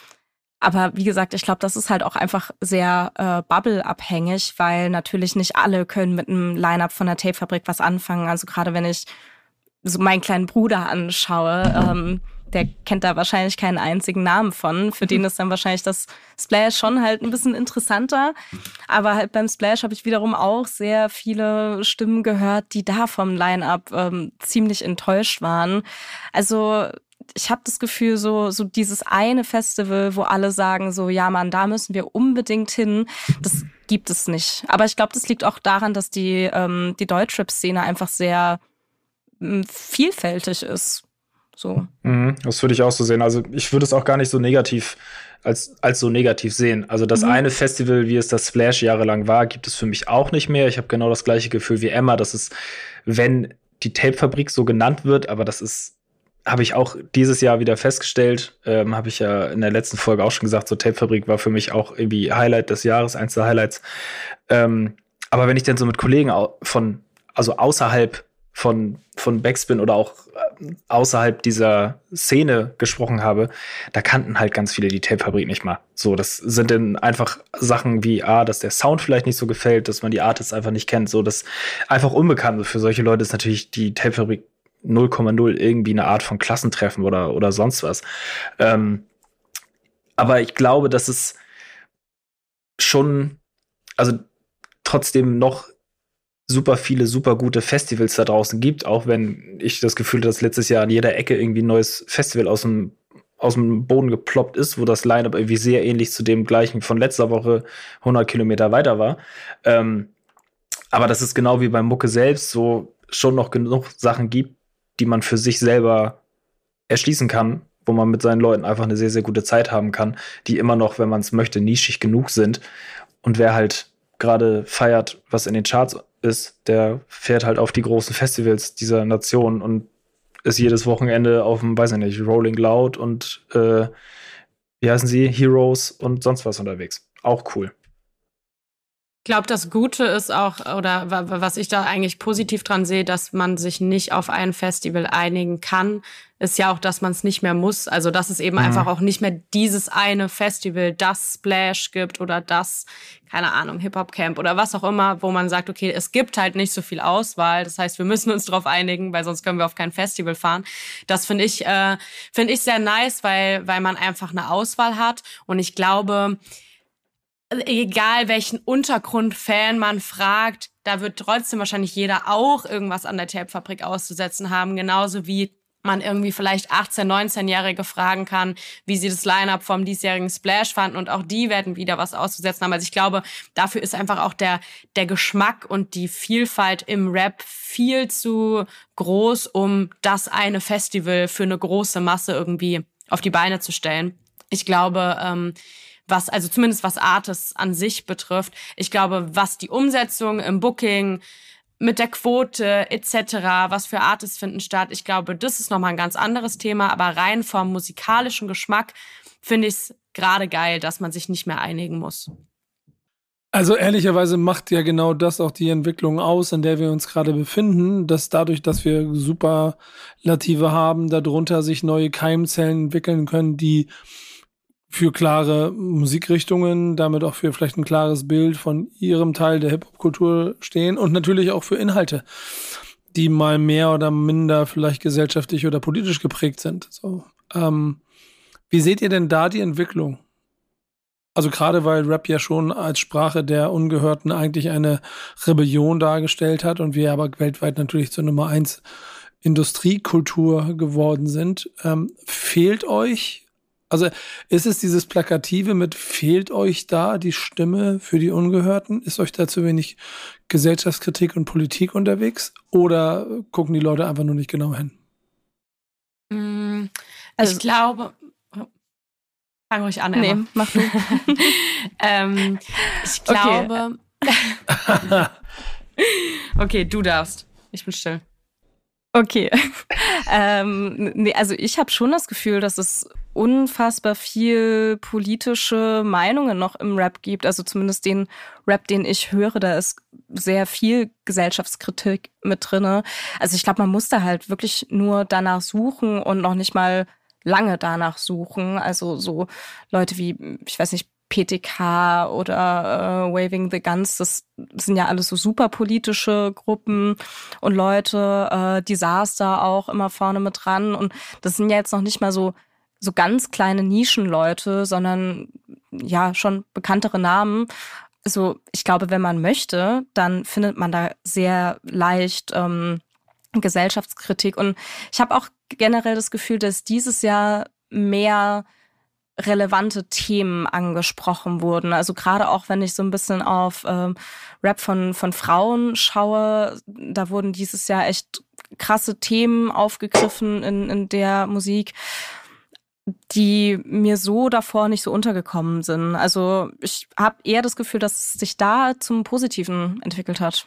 Aber wie gesagt, ich glaube, das ist halt auch einfach sehr äh, Bubble-abhängig, weil natürlich nicht alle können mit einem Line-Up von der Tapefabrik was anfangen. Also gerade wenn ich so meinen kleinen Bruder anschaue, ähm, der kennt da wahrscheinlich keinen einzigen Namen von. Für den ist dann wahrscheinlich das Splash schon halt ein bisschen interessanter. Aber halt beim Splash habe ich wiederum auch sehr viele Stimmen gehört, die da vom Line-Up ähm, ziemlich enttäuscht waren. Also ich habe das Gefühl, so so dieses eine Festival, wo alle sagen so, ja Mann, da müssen wir unbedingt hin, das gibt es nicht. Aber ich glaube, das liegt auch daran, dass die ähm, die Deutschrap-Szene einfach sehr m, vielfältig ist. So. Mhm, das würde ich auch so sehen. Also ich würde es auch gar nicht so negativ als als so negativ sehen. Also das mhm. eine Festival, wie es das Splash jahrelang war, gibt es für mich auch nicht mehr. Ich habe genau das gleiche Gefühl wie Emma, dass es, wenn die Tapefabrik so genannt wird, aber das ist habe ich auch dieses Jahr wieder festgestellt, ähm, habe ich ja in der letzten Folge auch schon gesagt, so Tapefabrik war für mich auch irgendwie Highlight des Jahres, eins der Highlights. Ähm, aber wenn ich dann so mit Kollegen von, also außerhalb von, von Backspin oder auch außerhalb dieser Szene gesprochen habe, da kannten halt ganz viele die Tapefabrik nicht mal. So, das sind dann einfach Sachen wie, ah, dass der Sound vielleicht nicht so gefällt, dass man die Artists einfach nicht kennt, so, das einfach unbekannt. Für solche Leute ist natürlich die Tapefabrik null Komma null irgendwie eine Art von Klassentreffen oder, oder sonst was. Ähm, aber ich glaube, dass es schon, also trotzdem noch super viele, super gute Festivals da draußen gibt, auch wenn ich das Gefühl habe, dass letztes Jahr an jeder Ecke irgendwie ein neues Festival aus dem, aus dem Boden geploppt ist, wo das Line-Up irgendwie sehr ähnlich zu dem gleichen von letzter Woche hundert Kilometer weiter war. Ähm, aber dass es genau wie beim Mucke selbst so schon noch genug Sachen gibt, die man für sich selber erschließen kann, wo man mit seinen Leuten einfach eine sehr, sehr gute Zeit haben kann, die immer noch, wenn man es möchte, nischig genug sind. Und wer halt gerade feiert, was in den Charts ist, der fährt halt auf die großen Festivals dieser Nation und ist jedes Wochenende auf dem, weiß ich nicht, Rolling Loud und äh, wie heißen sie, Heroes und sonst was unterwegs. Auch cool. Ich glaube, das Gute ist auch, oder was ich da eigentlich positiv dran sehe, dass man sich nicht auf ein Festival einigen kann, ist ja auch, dass man es nicht mehr muss. Also, dass es eben mhm. einfach auch nicht mehr dieses eine Festival, das Splash gibt oder das, keine Ahnung, Hip-Hop-Camp oder was auch immer, wo man sagt, okay, es gibt halt nicht so viel Auswahl. Das heißt, wir müssen uns drauf einigen, weil sonst können wir auf kein Festival fahren. Das finde ich, äh, finde ich sehr nice, weil, weil man einfach eine Auswahl hat. Und ich glaube, egal welchen Untergrund-Fan man fragt, da wird trotzdem wahrscheinlich jeder auch irgendwas an der Tapefabrik auszusetzen haben, genauso wie man irgendwie vielleicht achtzehn-, neunzehnjährige fragen kann, wie sie das Line-Up vom diesjährigen Splash fanden, und auch die werden wieder was auszusetzen haben. Also ich glaube, dafür ist einfach auch der der Geschmack und die Vielfalt im Rap viel zu groß, um das eine Festival für eine große Masse irgendwie auf die Beine zu stellen. Ich glaube, ähm, was, also zumindest was Artists an sich betrifft. Ich glaube, was die Umsetzung im Booking mit der Quote et cetera, was für Artists finden statt, ich glaube, das ist nochmal ein ganz anderes Thema, aber rein vom musikalischen Geschmack finde ich es gerade geil, dass man sich nicht mehr einigen muss. Also ehrlicherweise macht ja genau das auch die Entwicklung aus, in der wir uns gerade befinden, dass dadurch, dass wir Superlative haben, darunter sich neue Keimzellen entwickeln können, die für klare Musikrichtungen, damit auch für vielleicht ein klares Bild von ihrem Teil der Hip-Hop-Kultur stehen und natürlich auch für Inhalte, die mal mehr oder minder vielleicht gesellschaftlich oder politisch geprägt sind. So, ähm, wie seht ihr denn da die Entwicklung? Also gerade weil Rap ja schon als Sprache der Ungehörten eigentlich eine Rebellion dargestellt hat und wir aber weltweit natürlich zur Nummer eins Industriekultur geworden sind, ähm, fehlt euch Also ist es dieses Plakative mit, fehlt euch da die Stimme für die Ungehörten? Ist euch da zu wenig Gesellschaftskritik und Politik unterwegs? Oder gucken die Leute einfach nur nicht genau hin? Mm, also, ich glaube... Fang ruhig an, Emma. Nee, mach du. ähm, ich glaube... Okay. Okay, du darfst. Ich bin still. Okay. ähm, nee, also ich habe schon das Gefühl, dass es unfassbar viel politische Meinungen noch im Rap gibt. Also zumindest den Rap, den ich höre, da ist sehr viel Gesellschaftskritik mit drinne. Also ich glaube, man muss da halt wirklich nur danach suchen und noch nicht mal lange danach suchen. Also so Leute wie, ich weiß nicht, P T K oder äh, Waving the Guns, das sind ja alles so super politische Gruppen und Leute, äh, Disaster auch immer vorne mit dran. Und das sind ja jetzt noch nicht mal so so ganz kleine Nischenleute, sondern ja schon bekanntere Namen. Also ich glaube, wenn man möchte, dann findet man da sehr leicht ähm, Gesellschaftskritik. Und ich habe auch generell das Gefühl, dass dieses Jahr mehr relevante Themen angesprochen wurden. Also gerade auch, wenn ich so ein bisschen auf ähm, Rap von von Frauen schaue, da wurden dieses Jahr echt krasse Themen aufgegriffen in in der Musik, die mir so davor nicht so untergekommen sind. Also ich habe eher das Gefühl, dass es sich da zum Positiven entwickelt hat.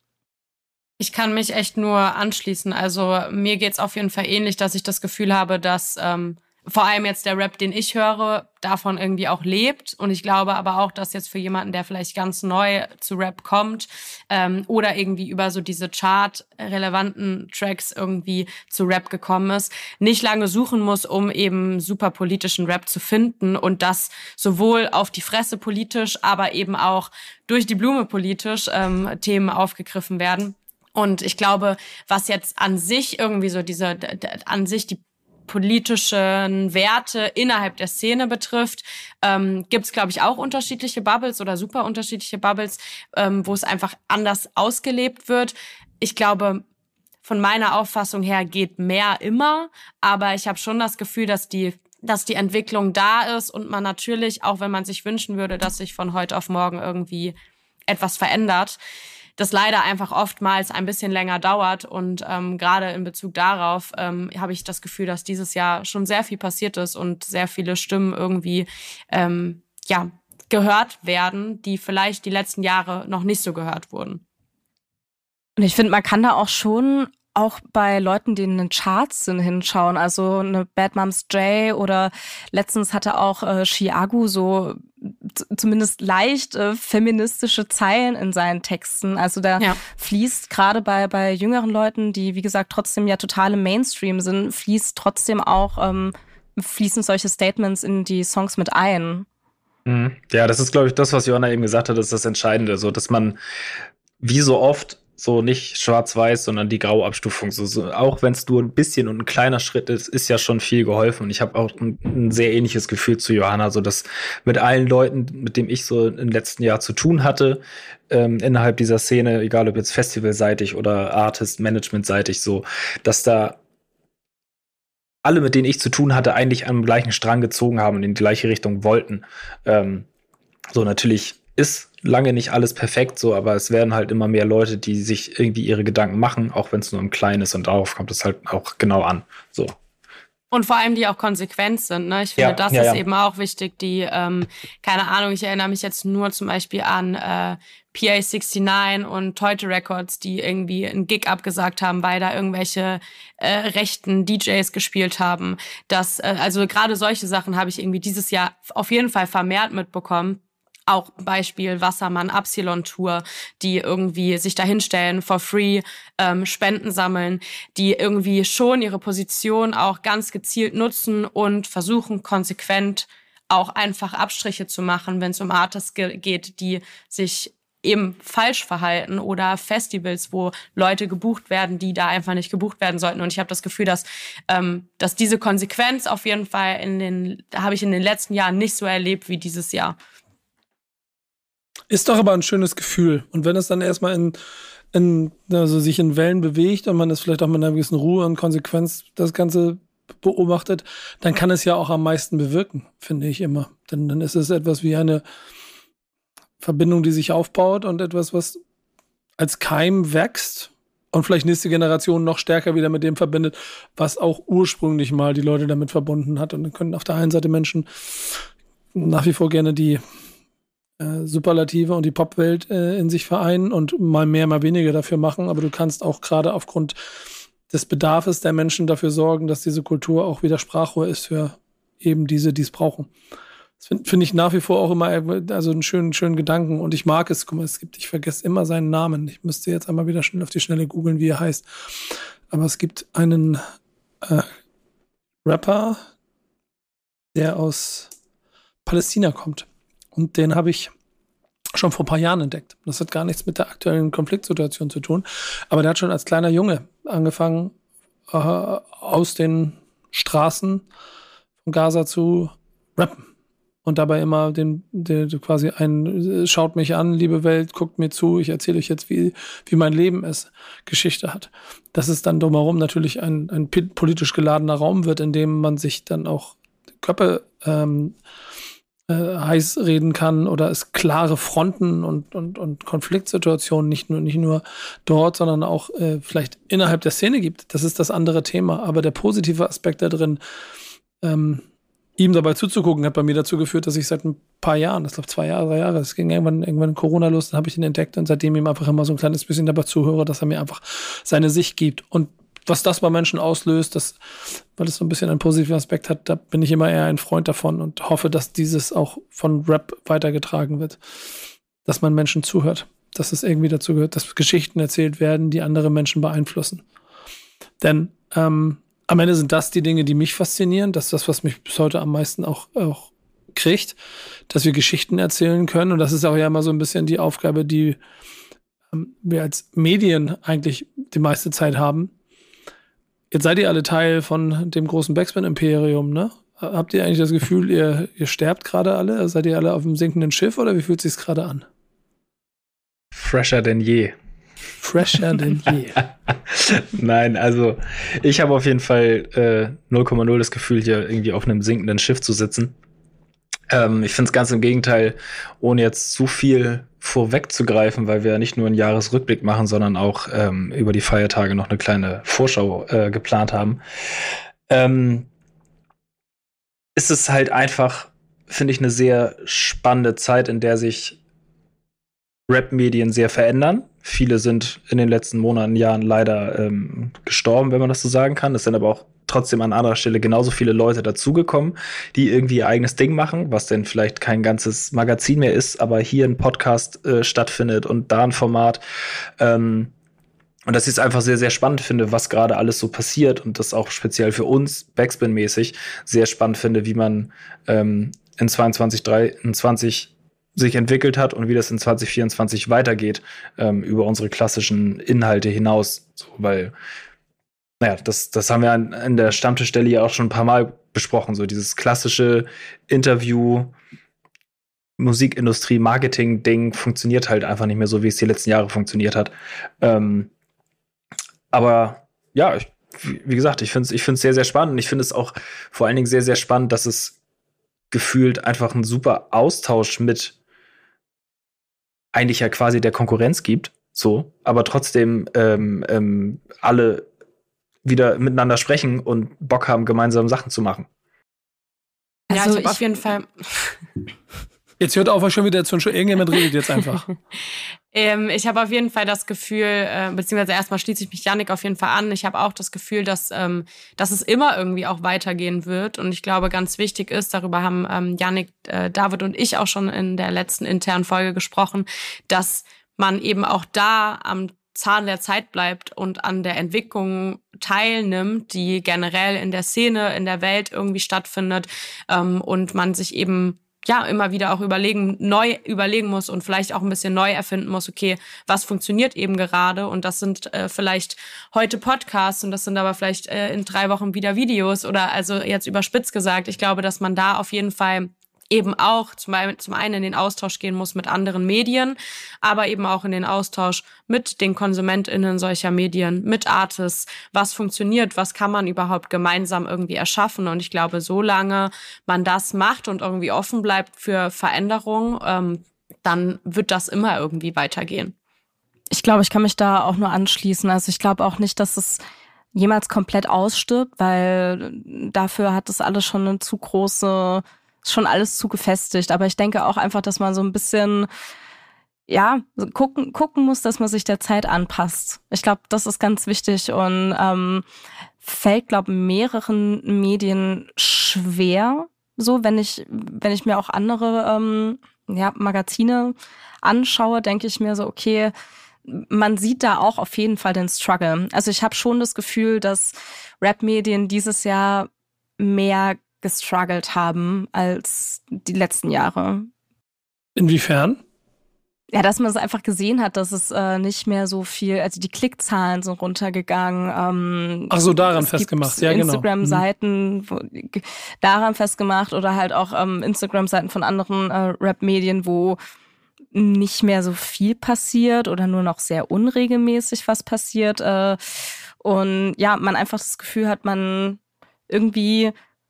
Ich kann mich echt nur anschließen. Also mir geht's auf jeden Fall ähnlich, dass ich das Gefühl habe, dass ähm, vor allem jetzt der Rap, den ich höre, davon irgendwie auch lebt. Und ich glaube aber auch, dass jetzt für jemanden, der vielleicht ganz neu zu Rap kommt ähm, oder irgendwie über so diese Chart-relevanten Tracks irgendwie zu Rap gekommen ist, nicht lange suchen muss, um eben super politischen Rap zu finden. Und das sowohl auf die Fresse politisch, aber eben auch durch die Blume politisch ähm, Themen aufgegriffen werden. Und ich glaube, was jetzt an sich irgendwie so diese, d- d- an sich die politischen Werte innerhalb der Szene betrifft, ähm, gibt es, glaube ich, auch unterschiedliche Bubbles oder super unterschiedliche Bubbles, ähm, wo es einfach anders ausgelebt wird. Ich glaube, von meiner Auffassung her geht mehr immer, aber ich habe schon das Gefühl, dass die dass die Entwicklung da ist und man natürlich, auch wenn man sich wünschen würde, dass sich von heute auf morgen irgendwie etwas verändert, das leider einfach oftmals ein bisschen länger dauert. Und ähm, gerade in Bezug darauf ähm, habe ich das Gefühl, dass dieses Jahr schon sehr viel passiert ist und sehr viele Stimmen irgendwie ähm, ja gehört werden, die vielleicht die letzten Jahre noch nicht so gehört wurden. Und ich finde, man kann da auch schon auch bei Leuten, die in den Charts sind, hinschauen. Also eine Bad Moms J oder letztens hatte auch äh, Chiagu so z- zumindest leicht äh, feministische Zeilen in seinen Texten. Also da ja. fließt gerade bei bei jüngeren Leuten, die wie gesagt trotzdem ja total im Mainstream sind, fließt trotzdem auch ähm, fließen solche Statements in die Songs mit ein. Mhm. Ja, das ist, glaube ich, das, was Johanna eben gesagt hat, ist das Entscheidende. So, dass man wie so oft so nicht schwarz-weiß, sondern die Grauabstufung. So, so, auch wenn es nur ein bisschen und ein kleiner Schritt ist, ist ja schon viel geholfen. Und ich habe auch ein, ein sehr ähnliches Gefühl zu Johanna, so dass mit allen Leuten, mit denen ich so im letzten Jahr zu tun hatte, ähm, innerhalb dieser Szene, egal ob jetzt festivalseitig oder Artist-Management-seitig, so, dass da alle, mit denen ich zu tun hatte, eigentlich am gleichen Strang gezogen haben und in die gleiche Richtung wollten. Ähm, so, natürlich ist lange nicht alles perfekt so, aber es werden halt immer mehr Leute, die sich irgendwie ihre Gedanken machen, auch wenn es nur im Kleinen ist, und darauf kommt es halt auch genau an. So. Und vor allem, die auch konsequent sind. Ne? Ich finde, ja, das ja, ist ja. eben auch wichtig, die, ähm, keine Ahnung, ich erinnere mich jetzt nur zum Beispiel an äh, P A neunundsechzig und Teute Records, die irgendwie einen Gig abgesagt haben, weil da irgendwelche äh, rechten D Js gespielt haben. Das, äh, also gerade solche Sachen habe ich irgendwie dieses Jahr auf jeden Fall vermehrt mitbekommen. Auch Beispiel Wassermann Absilon Tour, die irgendwie sich dahinstellen, for free, ähm, Spenden sammeln, die irgendwie schon ihre Position auch ganz gezielt nutzen und versuchen konsequent auch einfach Abstriche zu machen, wenn es um Artists ge- geht, die sich eben falsch verhalten oder Festivals, wo Leute gebucht werden, die da einfach nicht gebucht werden sollten. Und ich habe das Gefühl, dass ähm, dass diese Konsequenz auf jeden Fall in den, habe ich in den letzten Jahren nicht so erlebt wie dieses Jahr. Ist doch aber ein schönes Gefühl. Und wenn es dann erstmal in, in, also sich in Wellen bewegt und man es vielleicht auch mit einer gewissen Ruhe und Konsequenz das Ganze beobachtet, dann kann es ja auch am meisten bewirken, finde ich immer. Denn dann ist es etwas wie eine Verbindung, die sich aufbaut und etwas, was als Keim wächst und vielleicht nächste Generation noch stärker wieder mit dem verbindet, was auch ursprünglich mal die Leute damit verbunden hat. Und dann können auf der einen Seite Menschen nach wie vor gerne die Äh, Superlative und die Popwelt äh, in sich vereinen und mal mehr, mal weniger dafür machen, aber du kannst auch gerade aufgrund des Bedarfs der Menschen dafür sorgen, dass diese Kultur auch wieder Sprachrohr ist für eben diese, die es brauchen. Das finde find ich nach wie vor auch immer also einen schönen, schönen Gedanken und ich mag es, guck mal, es gibt, ich vergesse immer seinen Namen, ich müsste jetzt einmal wieder schnell auf die Schnelle googeln, wie er heißt, aber es gibt einen äh, Rapper, der aus Palästina kommt. Und den habe ich schon vor ein paar Jahren entdeckt. Das hat gar nichts mit der aktuellen Konfliktsituation zu tun. Aber der hat schon als kleiner Junge angefangen, äh, aus den Straßen von Gaza zu rappen. Und dabei immer den, den quasi ein, schaut mich an, liebe Welt, guckt mir zu, ich erzähle euch jetzt, wie, wie mein Leben ist, Geschichte hat. Dass es dann drumherum natürlich ein, ein politisch geladener Raum wird, in dem man sich dann auch Köpfe ähm, Äh, heiß reden kann oder es klare Fronten und, und, und Konfliktsituationen nicht nur, nicht nur dort, sondern auch äh, vielleicht innerhalb der Szene gibt. Das ist das andere Thema. Aber der positive Aspekt da drin, ähm, ihm dabei zuzugucken, hat bei mir dazu geführt, dass ich seit ein paar Jahren, ich glaube zwei Jahre, drei Jahre, es ging irgendwann, irgendwann Corona los, dann habe ich ihn entdeckt und seitdem ihm einfach immer so ein kleines bisschen dabei zuhöre, dass er mir einfach seine Sicht gibt. Und was das bei Menschen auslöst, das, weil es so ein bisschen einen positiven Aspekt hat, da bin ich immer eher ein Freund davon und hoffe, dass dieses auch von Rap weitergetragen wird. Dass man Menschen zuhört. Dass es irgendwie dazu gehört, dass Geschichten erzählt werden, die andere Menschen beeinflussen. Denn ähm, am Ende sind das die Dinge, die mich faszinieren. Das ist das, was mich bis heute am meisten auch, auch kriegt. Dass wir Geschichten erzählen können. Und das ist auch ja immer so ein bisschen die Aufgabe, die ähm, wir als Medien eigentlich die meiste Zeit haben. Jetzt seid ihr alle Teil von dem großen Backspin-Imperium, ne? Habt ihr eigentlich das Gefühl, ihr, ihr sterbt gerade alle? Seid ihr alle auf einem sinkenden Schiff oder wie fühlt es sich gerade an? Fresher denn je. Fresher denn je. Nein, also ich habe auf jeden Fall äh, null Komma null das Gefühl, hier irgendwie auf einem sinkenden Schiff zu sitzen. Ähm, ich finde es ganz im Gegenteil, ohne jetzt zu viel vorwegzugreifen, weil wir ja nicht nur einen Jahresrückblick machen, sondern auch ähm, über die Feiertage noch eine kleine Vorschau äh, geplant haben. Ähm, ist es halt einfach, finde ich, eine sehr spannende Zeit, in der sich Rap-Medien sehr verändern. Viele sind in den letzten Monaten, Jahren leider ähm, gestorben, wenn man das so sagen kann. Es sind aber auch trotzdem an anderer Stelle genauso viele Leute dazugekommen, die irgendwie ihr eigenes Ding machen, was denn vielleicht kein ganzes Magazin mehr ist, aber hier ein Podcast äh, stattfindet und da ein Format. Ähm, und dass ich es einfach sehr, sehr spannend finde, was gerade alles so passiert und das auch speziell für uns, Backspin-mäßig, sehr spannend finde, wie man ähm, in zweiundzwanzig dreiundzwanzig sich entwickelt hat und wie das in zwanzig vierundzwanzig weitergeht, ähm, über unsere klassischen Inhalte hinaus. So, weil, naja, das, das haben wir an, an der Stammtischstelle ja auch schon ein paar Mal besprochen. So dieses klassische Interview, Musikindustrie, Marketing-Ding funktioniert halt einfach nicht mehr so, wie es die letzten Jahre funktioniert hat. Ähm, aber ja, ich, wie gesagt, ich finde es ich find's sehr, sehr spannend. Und ich finde es auch vor allen Dingen sehr, sehr spannend, dass es gefühlt einfach einen super Austausch mit eigentlich ja quasi der Konkurrenz gibt, so, aber trotzdem ähm, ähm, alle wieder miteinander sprechen und Bock haben, gemeinsam Sachen zu machen. Ja, Also ich habe ich- auf jeden Fall. Jetzt hört auf, euch schon wieder zu. Irgendjemand redet jetzt einfach. Ähm, ich habe auf jeden Fall das Gefühl, äh, beziehungsweise erstmal schließe ich mich Yannick auf jeden Fall an. Ich habe auch das Gefühl, dass, ähm, dass es immer irgendwie auch weitergehen wird. Und ich glaube, ganz wichtig ist, darüber haben ähm, Yannick, äh, David und ich auch schon in der letzten internen Folge gesprochen, dass man eben auch da am Zahn der Zeit bleibt und an der Entwicklung teilnimmt, die generell in der Szene, in der Welt irgendwie stattfindet, ähm, und man sich eben ja immer wieder auch überlegen, neu überlegen muss und vielleicht auch ein bisschen neu erfinden muss, okay, was funktioniert eben gerade, und das sind äh, vielleicht heute Podcasts und das sind aber vielleicht äh, in drei Wochen wieder Videos oder also jetzt überspitzt gesagt. Ich glaube, dass man da auf jeden Fall eben auch zum, zum einen in den Austausch gehen muss mit anderen Medien, aber eben auch in den Austausch mit den KonsumentInnen solcher Medien, mit Artists. Was funktioniert? Was kann man überhaupt gemeinsam irgendwie erschaffen? Und ich glaube, solange man das macht und irgendwie offen bleibt für Veränderung, ähm, dann wird das immer irgendwie weitergehen. Ich glaube, ich kann mich da auch nur anschließen. Also ich glaube auch nicht, dass es jemals komplett ausstirbt, weil dafür hat es alles schon eine zu große, ist schon alles zu gefestigt. Aber ich denke auch einfach, dass man so ein bisschen, ja, gucken, gucken muss, dass man sich der Zeit anpasst. Ich glaube, das ist ganz wichtig und ähm, fällt, glaube ich, mehreren Medien schwer. So, wenn ich, wenn ich mir auch andere ähm, ja, Magazine anschaue, denke ich mir so, okay, man sieht da auch auf jeden Fall den Struggle. Also ich habe schon das Gefühl, dass Rap-Medien dieses Jahr mehr gestruggelt haben als die letzten Jahre. Inwiefern? Ja, dass man es einfach gesehen hat, dass es äh, nicht mehr so viel, also die Klickzahlen sind runtergegangen. Ähm, Ach so, daran es festgemacht, gibt ja genau. Instagram-Seiten, wo, daran festgemacht oder halt auch ähm, Instagram-Seiten von anderen äh, Rap-Medien, wo nicht mehr so viel passiert oder nur noch sehr unregelmäßig was passiert. Äh, und ja, man einfach das Gefühl hat, man irgendwie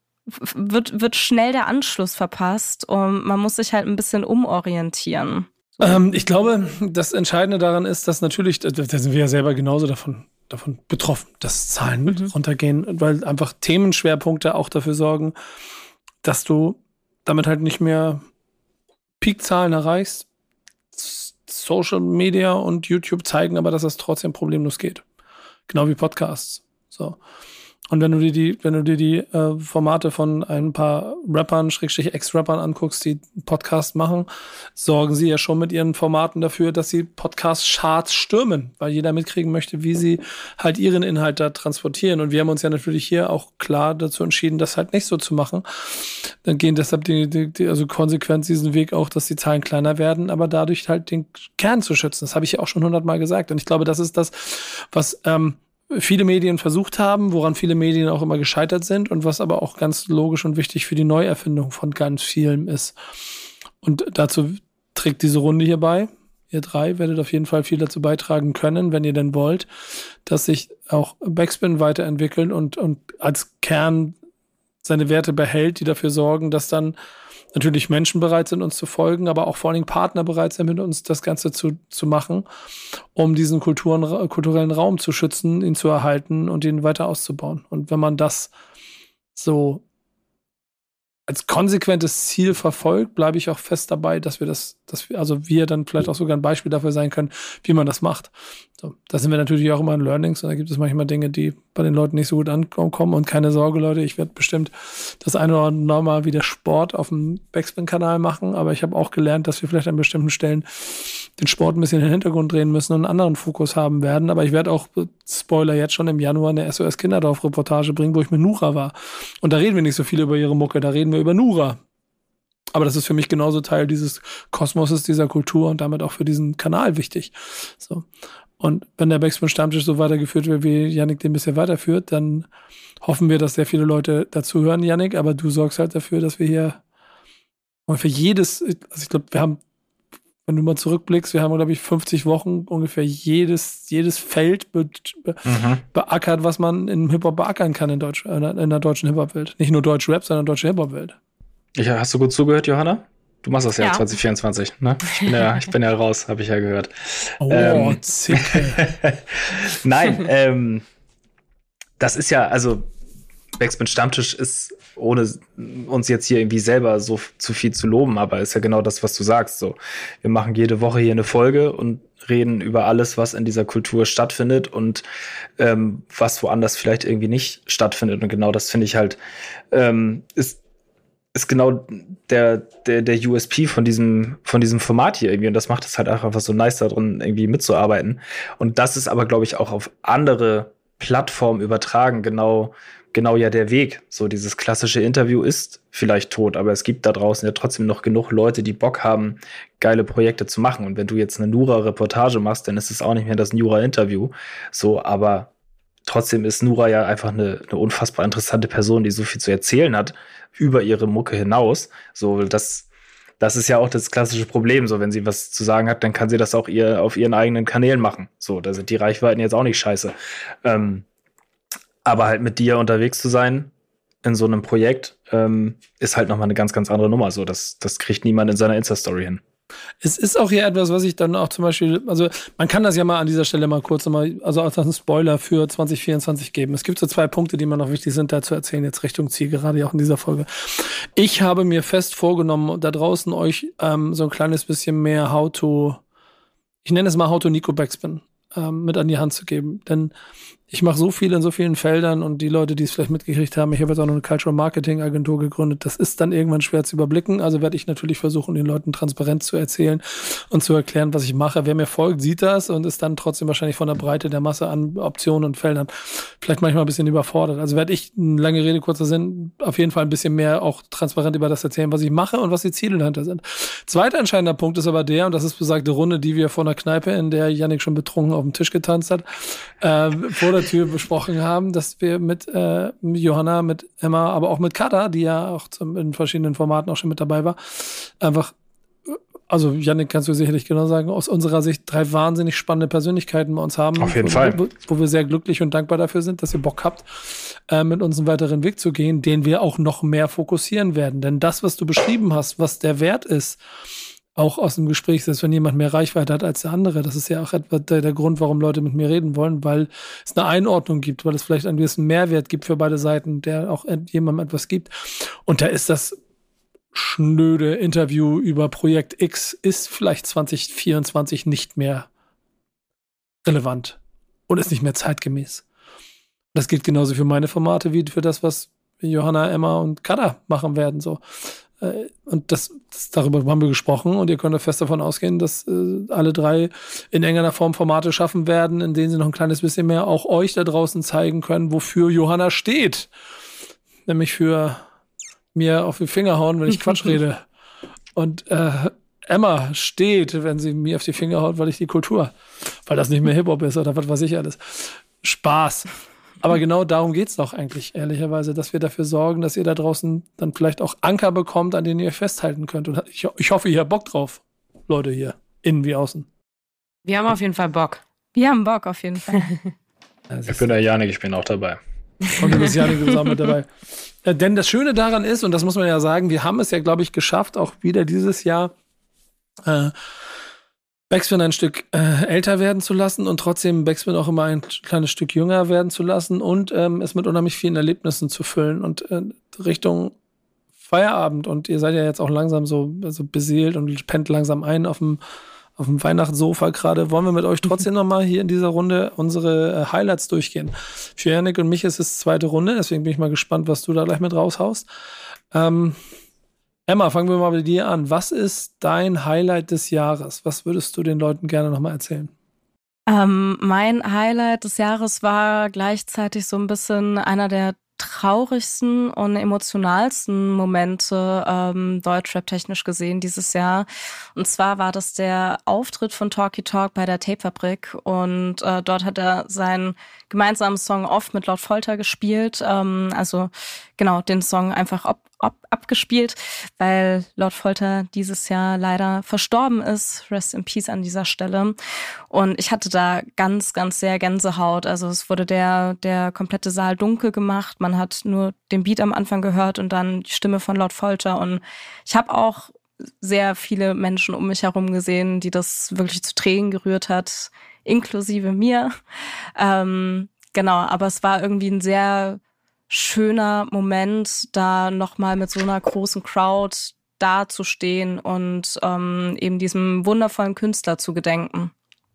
wird, wird schnell der Anschluss verpasst und man muss sich halt ein bisschen umorientieren. So. Ähm, ich glaube, das Entscheidende daran ist, dass natürlich, da sind wir ja selber genauso davon, davon betroffen, dass Zahlen Mhm. runtergehen, weil einfach Themenschwerpunkte auch dafür sorgen, dass du damit halt nicht mehr Peakzahlen erreichst. Social Media und YouTube zeigen aber, dass das trotzdem problemlos geht. Genau wie Podcasts. So. Und wenn du dir die, wenn du dir die äh, Formate von ein paar Rappern, Schrägstrich Ex-Rappern anguckst, die einen Podcast machen, sorgen sie ja schon mit ihren Formaten dafür, dass sie Podcast-Charts stürmen, weil jeder mitkriegen möchte, wie sie halt ihren Inhalt da transportieren. Und wir haben uns ja natürlich hier auch klar dazu entschieden, das halt nicht so zu machen. Dann gehen deshalb die, die, die also konsequent diesen Weg auch, dass die Zahlen kleiner werden, aber dadurch halt den Kern zu schützen. Das habe ich ja auch schon hundertmal gesagt. Und ich glaube, das ist das, was ähm, viele Medien versucht haben, woran viele Medien auch immer gescheitert sind und was aber auch ganz logisch und wichtig für die Neuerfindung von ganz vielen ist. Und dazu trägt diese Runde hier bei. Ihr drei werdet auf jeden Fall viel dazu beitragen können, wenn ihr denn wollt, dass sich auch Backspin weiterentwickeln und, und als Kern seine Werte behält, die dafür sorgen, dass dann natürlich Menschen bereit sind, uns zu folgen, aber auch vor allen Dingen Partner bereit sind, mit uns das Ganze zu, zu machen, um diesen Kulturen, kulturellen Raum zu schützen, ihn zu erhalten und ihn weiter auszubauen. Und wenn man das so als konsequentes Ziel verfolgt, bleibe ich auch fest dabei, dass wir das, dass wir, also wir dann vielleicht auch sogar ein Beispiel dafür sein können, wie man das macht. So, da sind wir natürlich auch immer in Learnings und da gibt es manchmal Dinge, die bei den Leuten nicht so gut ankommen und keine Sorge, Leute, ich werde bestimmt das eine oder andere Mal wieder Sport auf dem Backspin-Kanal machen, aber ich habe auch gelernt, dass wir vielleicht an bestimmten Stellen den Sport ein bisschen in den Hintergrund drehen müssen und einen anderen Fokus haben werden, aber ich werde auch, Spoiler, jetzt schon im Januar eine S O S Kinderdorf-Reportage bringen, wo ich mit Nura war. Und da reden wir nicht so viel über ihre Mucke, da reden wir über Nura. Aber das ist für mich genauso Teil dieses Kosmoses, dieser Kultur und damit auch für diesen Kanal wichtig. So. Und wenn der Backspin-Stammtisch so weitergeführt wird, wie Yannick den bisher weiterführt, dann hoffen wir, dass sehr viele Leute dazuhören, Yannick, aber du sorgst halt dafür, dass wir hier und für jedes, also ich glaube, wir haben, wenn du mal zurückblickst, wir haben, glaube ich, fünfzig Wochen ungefähr jedes, jedes Feld be, be, mhm. beackert, was man in Hip-Hop beackern kann in, Deutsch, in der deutschen Hip-Hop-Welt. Nicht nur deutsche Rap, sondern deutsche Hip-Hop-Welt. Ja, hast du gut zugehört, Johanna? Du machst das ja, ja. zwanzig vierundzwanzig, ne? Ich bin ja, ich bin ja raus, habe ich ja gehört. Oh, ähm, Zicke. Nein, ähm, das ist ja, also Backspin Stammtisch ist, ohne uns jetzt hier irgendwie selber so zu viel zu loben, aber ist ja genau das, was du sagst. So, wir machen jede Woche hier eine Folge und reden über alles, was in dieser Kultur stattfindet und ähm, was woanders vielleicht irgendwie nicht stattfindet. Und genau das finde ich halt, ähm, ist, ist genau der, der, der U S P von diesem, von diesem Format hier irgendwie. Und das macht es halt einfach so nice, da drin irgendwie mitzuarbeiten. Und das ist aber, glaube ich, auch auf andere Plattformen übertragen, genau, genau ja der Weg. So dieses klassische Interview ist vielleicht tot, aber es gibt da draußen ja trotzdem noch genug Leute, die Bock haben, geile Projekte zu machen. Und wenn du jetzt eine Nura-Reportage machst, dann ist es auch nicht mehr das Nura-Interview. So, aber trotzdem ist Nura ja einfach eine, eine unfassbar interessante Person, die so viel zu erzählen hat über ihre Mucke hinaus. So, das, das ist ja auch das klassische Problem. So, wenn sie was zu sagen hat, dann kann sie das auch ihr auf ihren eigenen Kanälen machen. So, da sind die Reichweiten jetzt auch nicht scheiße. Ähm, aber halt mit dir unterwegs zu sein in so einem Projekt, ähm, ist halt nochmal eine ganz, ganz andere Nummer. So, das, das kriegt niemand in seiner Insta-Story hin. Es ist auch hier etwas, was ich dann auch zum Beispiel, also man kann das ja mal an dieser Stelle mal kurz nochmal, also auch einen Spoiler für zwanzig vierundzwanzig geben. Es gibt so zwei Punkte, die mir noch wichtig sind, da zu erzählen, jetzt Richtung Ziel, gerade auch in dieser Folge. Ich habe mir fest vorgenommen, da draußen euch ähm, so ein kleines bisschen mehr How to, ich nenne es mal How to Nico Backspin, ähm, mit an die Hand zu geben. Denn ich mache so viel in so vielen Feldern und die Leute, die es vielleicht mitgekriegt haben, ich habe jetzt auch noch eine Cultural Marketing Agentur gegründet, das ist dann irgendwann schwer zu überblicken. Also werde ich natürlich versuchen, den Leuten transparent zu erzählen und zu erklären, was ich mache. Wer mir folgt, sieht das und ist dann trotzdem wahrscheinlich von der Breite der Masse an Optionen und Feldern vielleicht manchmal ein bisschen überfordert. Also werde ich, lange Rede, kurzer Sinn, auf jeden Fall ein bisschen mehr auch transparent über das erzählen, was ich mache und was die Ziele dahinter sind. Zweiter entscheidender Punkt ist aber der, und das ist besagte Runde, die wir vor einer Kneipe, in der Yannick schon betrunken auf dem Tisch getanzt hat, äh, vor der Tür besprochen haben, dass wir mit, äh, mit Johanna, mit Emma, aber auch mit Kada, die ja auch zum, in verschiedenen Formaten auch schon mit dabei war, einfach, also Yannick, kannst du sicherlich genau sagen, aus unserer Sicht drei wahnsinnig spannende Persönlichkeiten bei uns haben. Auf jeden wo, Fall. Wo, wo wir sehr glücklich und dankbar dafür sind, dass ihr Bock habt, äh, mit uns einen weiteren Weg zu gehen, den wir auch noch mehr fokussieren werden. Denn das, was du beschrieben hast, was der Wert ist, auch aus dem Gespräch, dass wenn jemand mehr Reichweite hat als der andere, das ist ja auch etwa der, der Grund, warum Leute mit mir reden wollen, weil es eine Einordnung gibt, weil es vielleicht einen gewissen Mehrwert gibt für beide Seiten, der auch jemandem etwas gibt. Und da ist das schnöde Interview über Projekt X ist vielleicht zwanzig vierundzwanzig nicht mehr relevant und ist nicht mehr zeitgemäß. Das gilt genauso für meine Formate wie für das, was Johanna, Emma und Kada machen werden, so. Und das, das, darüber haben wir gesprochen und ihr könnt fest davon ausgehen, dass äh, alle drei in irgendeiner Form Formate schaffen werden, in denen sie noch ein kleines bisschen mehr auch euch da draußen zeigen können, wofür Johanna steht. Nämlich für mir auf die Finger hauen, wenn ich Quatsch rede. Und äh, Emma steht, wenn sie mir auf die Finger haut, weil ich die Kultur, weil das nicht mehr Hip-Hop ist oder was weiß ich alles. Spaß. Aber genau darum geht's doch eigentlich, ehrlicherweise, dass wir dafür sorgen, dass ihr da draußen dann vielleicht auch Anker bekommt, an denen ihr euch festhalten könnt. Und ich, ich hoffe, ihr habt Bock drauf, Leute hier, innen wie außen. Wir haben auf jeden Fall Bock. Wir haben Bock auf jeden Fall. Ich bin der Janik, ich bin auch dabei. Und du bist Janik zusammen mit dabei. Äh, denn das Schöne daran ist, und das muss man ja sagen, wir haben es ja, glaube ich, geschafft, auch wieder dieses Jahr äh, Backspin ein Stück äh, älter werden zu lassen und trotzdem Backspin auch immer ein kleines Stück jünger werden zu lassen und ähm, es mit unheimlich vielen Erlebnissen zu füllen und äh, Richtung Feierabend. Und ihr seid ja jetzt auch langsam so also beseelt und pennt langsam ein auf dem auf dem Weihnachtssofa gerade. Wollen wir mit euch trotzdem nochmal hier in dieser Runde unsere äh, Highlights durchgehen. Für Yannick und mich ist es zweite Runde, deswegen bin ich mal gespannt, was du da gleich mit raushaust. Ähm, Emma, fangen wir mal mit dir an. Was ist dein Highlight des Jahres? Was würdest du den Leuten gerne nochmal erzählen? Ähm, mein Highlight des Jahres war gleichzeitig so ein bisschen einer der traurigsten und emotionalsten Momente ähm, Deutschrap-technisch gesehen dieses Jahr. Und zwar war das der Auftritt von Talky Talk bei der Tapefabrik und äh, dort hat er seinen gemeinsamen Song Off mit Lord Folter gespielt. Ähm, also genau, den Song einfach ob, ob, abgespielt, weil Lord Folter dieses Jahr leider verstorben ist. Rest in Peace an dieser Stelle. Und ich hatte da ganz, ganz sehr Gänsehaut. Also es wurde der, der komplette Saal dunkel gemacht. Man hat nur den Beat am Anfang gehört und dann die Stimme von Lord Folter. Und ich habe auch sehr viele Menschen um mich herum gesehen, die das wirklich zu Tränen gerührt hat, inklusive mir. Ähm, Genau, aber es war irgendwie ein sehr schöner Moment, da nochmal mit so einer großen Crowd dazustehen und ähm, eben diesem wundervollen Künstler zu gedenken.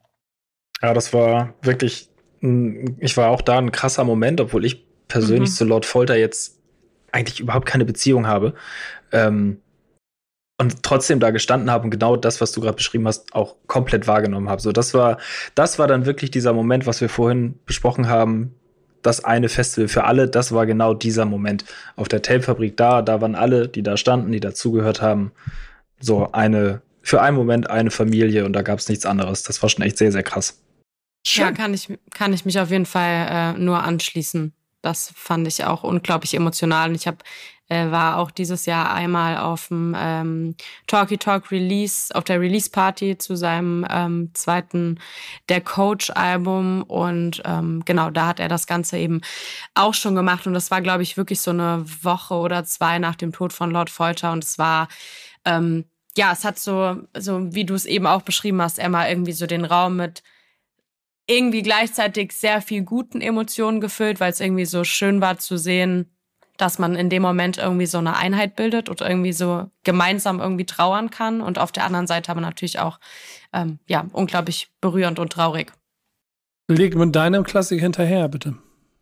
Ja, das war wirklich, ich war auch da ein krasser Moment, obwohl ich persönlich mhm. zu Lord Folter jetzt eigentlich überhaupt keine Beziehung habe. Ähm, und trotzdem da gestanden habe und genau das, was du gerade beschrieben hast, auch komplett wahrgenommen habe. So, das war, das war dann wirklich dieser Moment, was wir vorhin besprochen haben, das eine Festival für alle, das war genau dieser Moment. Auf der Tapefabrik da, da waren alle, die da standen, die dazugehört haben, so eine, für einen Moment eine Familie und da gab es nichts anderes. Das war schon echt sehr, sehr krass. Schön. Ja, kann ich, kann ich mich auf jeden Fall äh, nur anschließen. Das fand ich auch unglaublich emotional. Und ich hab, äh, war auch dieses Jahr einmal auf dem ähm, Talky Talk Release, auf der Release-Party zu seinem ähm, zweiten Der Coach-Album. Und ähm, genau, da hat er das Ganze eben auch schon gemacht. Und das war, glaube ich, wirklich so eine Woche oder zwei nach dem Tod von Lord Folter. Und es war, ähm, ja, es hat so, so wie du es eben auch beschrieben hast, Emma, irgendwie so den Raum mit irgendwie gleichzeitig sehr viel guten Emotionen gefüllt, weil es irgendwie so schön war zu sehen, dass man in dem Moment irgendwie so eine Einheit bildet und irgendwie so gemeinsam irgendwie trauern kann. Und auf der anderen Seite aber natürlich auch ähm, ja, unglaublich berührend und traurig. Leg mit deinem Klassik hinterher, bitte.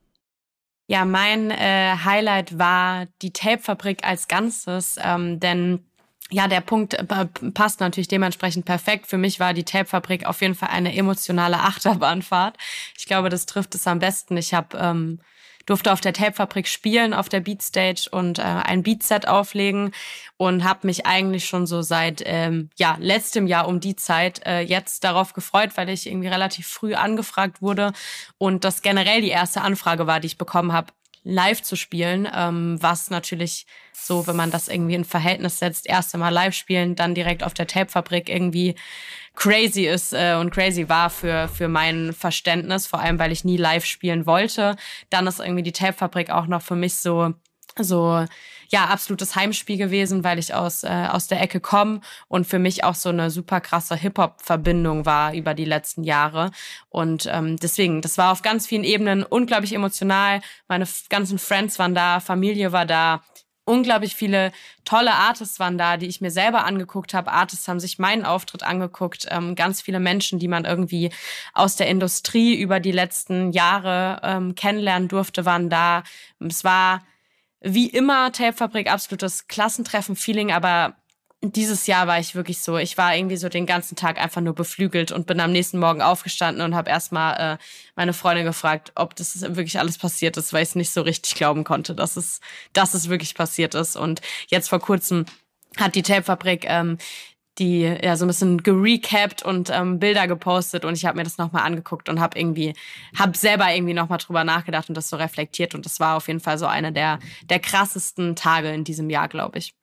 Ja, mein äh, Highlight war die Tapefabrik als Ganzes, ähm, denn ja, der Punkt äh, passt natürlich dementsprechend perfekt. Für mich war die Tapefabrik auf jeden Fall eine emotionale Achterbahnfahrt. Ich glaube, das trifft es am besten. Ich hab, ähm, durfte auf der Tapefabrik spielen, auf der Beatstage und äh, ein Beatset auflegen und habe mich eigentlich schon so seit ähm, ja letztem Jahr um die Zeit äh, jetzt darauf gefreut, weil ich irgendwie relativ früh angefragt wurde und das generell die erste Anfrage war, die ich bekommen habe, live zu spielen, ähm, was natürlich so, wenn man das irgendwie in Verhältnis setzt, erste Mal live spielen, dann direkt auf der Tapefabrik irgendwie crazy ist äh, und crazy war für für mein Verständnis, vor allem, weil ich nie live spielen wollte. Dann ist irgendwie die Tapefabrik auch noch für mich so so ja absolutes Heimspiel gewesen, weil ich aus äh, aus der Ecke komme und für mich auch so eine super krasse Hip-Hop-Verbindung war über die letzten Jahre und ähm, deswegen, das war auf ganz vielen Ebenen unglaublich emotional. Meine f- ganzen Friends waren da, Familie war da, unglaublich viele tolle Artists waren da, die ich mir selber angeguckt habe. Artists haben sich meinen Auftritt angeguckt. Ähm, ganz viele Menschen, die man irgendwie aus der Industrie über die letzten Jahre ähm, kennenlernen durfte, waren da. Es war wie immer Tapefabrik, absolutes Klassentreffen-Feeling, aber dieses Jahr war ich wirklich so, ich war irgendwie so den ganzen Tag einfach nur beflügelt und bin am nächsten Morgen aufgestanden und habe erstmal äh, meine Freundin gefragt, ob das wirklich alles passiert ist, weil ich es nicht so richtig glauben konnte, dass es, dass es wirklich passiert ist. Und jetzt vor kurzem hat die Tapefabrik ähm, die ja so ein bisschen gerecapt und ähm, Bilder gepostet und ich habe mir das nochmal angeguckt und habe irgendwie, habe selber irgendwie nochmal drüber nachgedacht und das so reflektiert und das war auf jeden Fall so einer der, der krassesten Tage in diesem Jahr, glaube ich.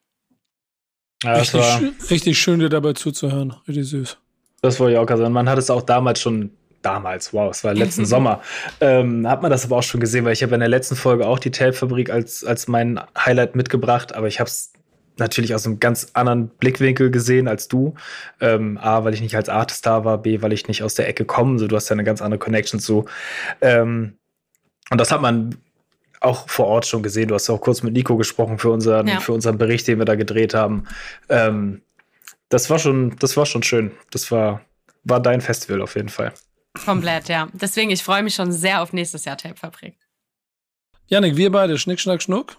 Ja, das richtig, war sch- richtig schön, dir dabei zuzuhören. Richtig süß. Das wollte ich auch sagen. Man hat es auch damals schon, damals, wow, es war letzten Sommer, ähm, hat man das aber auch schon gesehen, weil ich habe in der letzten Folge auch die Tapefabrik als, als mein Highlight mitgebracht, aber ich habe es natürlich aus einem ganz anderen Blickwinkel gesehen als du. Ähm, A, weil ich nicht als Artist da war, B, weil ich nicht aus der Ecke komme. So, du hast ja eine ganz andere Connection zu. Ähm, und das hat man auch vor Ort schon gesehen. Du hast ja auch kurz mit Nico gesprochen für unseren, ja. für unseren Bericht, den wir da gedreht haben. Ähm, das war schon, das war schon schön. Das war, war dein Festival auf jeden Fall. Komplett, ja. Deswegen, ich freue mich schon sehr auf nächstes Jahr Tapefabrik. Jannik, wir beide, Schnick, Schnack, Schnuck?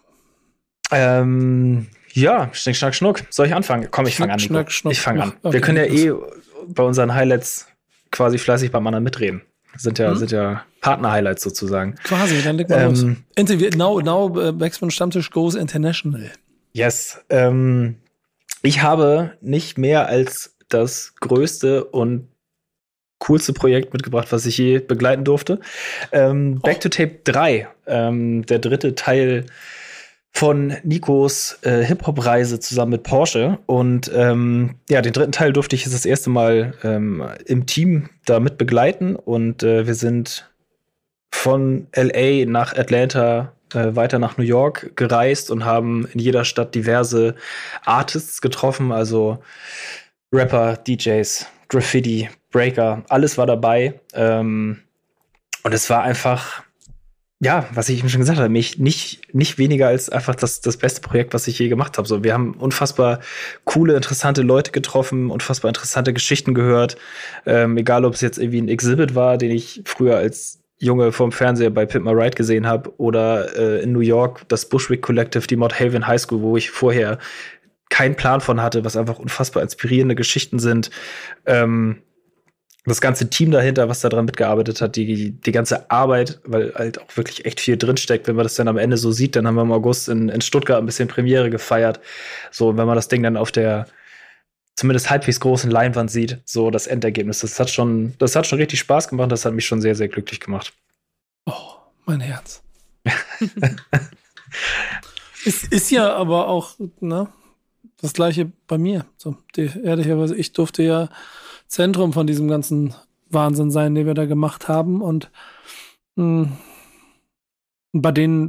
Ähm, ja, Schnick, Schnack, Schnuck. Soll ich anfangen? Komm, ich fange an, Nico. Schnack, Schnuck, ich fange an. okay, wir können ja eh bei unseren Highlights quasi fleißig beim anderen mitreden. Das sind ja, hm? sind ja Partner-Highlights sozusagen. Quasi, dann leg mal ähm, los. Interview, now, now uh, Backspin Stammtisch goes international. Yes. Ähm, ich habe nicht mehr als das größte und coolste Projekt mitgebracht, was ich je begleiten durfte. Ähm, Back to Tape drei, ähm, der dritte Teil von Nikos äh, Hip-Hop-Reise zusammen mit Porsche. Und ähm, ja, den dritten Teil durfte ich jetzt das erste Mal ähm, im Team da mit begleiten. Und äh, wir sind von L A nach Atlanta äh, weiter nach New York gereist und haben in jeder Stadt diverse Artists getroffen, also Rapper, D Js, Graffiti, Breaker, alles war dabei. Ähm, und es war einfach Ja, was ich eben schon gesagt habe, mich nicht, nicht weniger als einfach das, das beste Projekt, was ich je gemacht habe. So, wir haben unfassbar coole, interessante Leute getroffen, unfassbar interessante Geschichten gehört. Ähm, egal, ob es jetzt irgendwie ein Exhibit war, den ich früher als Junge vom Fernseher bei Pimp My Ride gesehen habe, oder äh, in New York das Bushwick Collective, die Mount Haven High School, wo ich vorher keinen Plan von hatte, was einfach unfassbar inspirierende Geschichten sind. Ähm, Das ganze Team dahinter, was da dran mitgearbeitet hat, die, die ganze Arbeit, weil halt auch wirklich echt viel drinsteckt. Wenn man das dann am Ende so sieht, dann haben wir im August in, in Stuttgart ein bisschen Premiere gefeiert. So, wenn man das Ding dann auf der zumindest halbwegs großen Leinwand sieht, so das Endergebnis, das hat schon, das hat schon richtig Spaß gemacht. Das hat mich schon sehr, sehr glücklich gemacht. Oh, mein Herz. Es ist ja aber auch, ne, das Gleiche bei mir. So, die, ehrlicherweise, ich durfte ja Zentrum von diesem ganzen Wahnsinn sein, den wir da gemacht haben. Und mh, bei den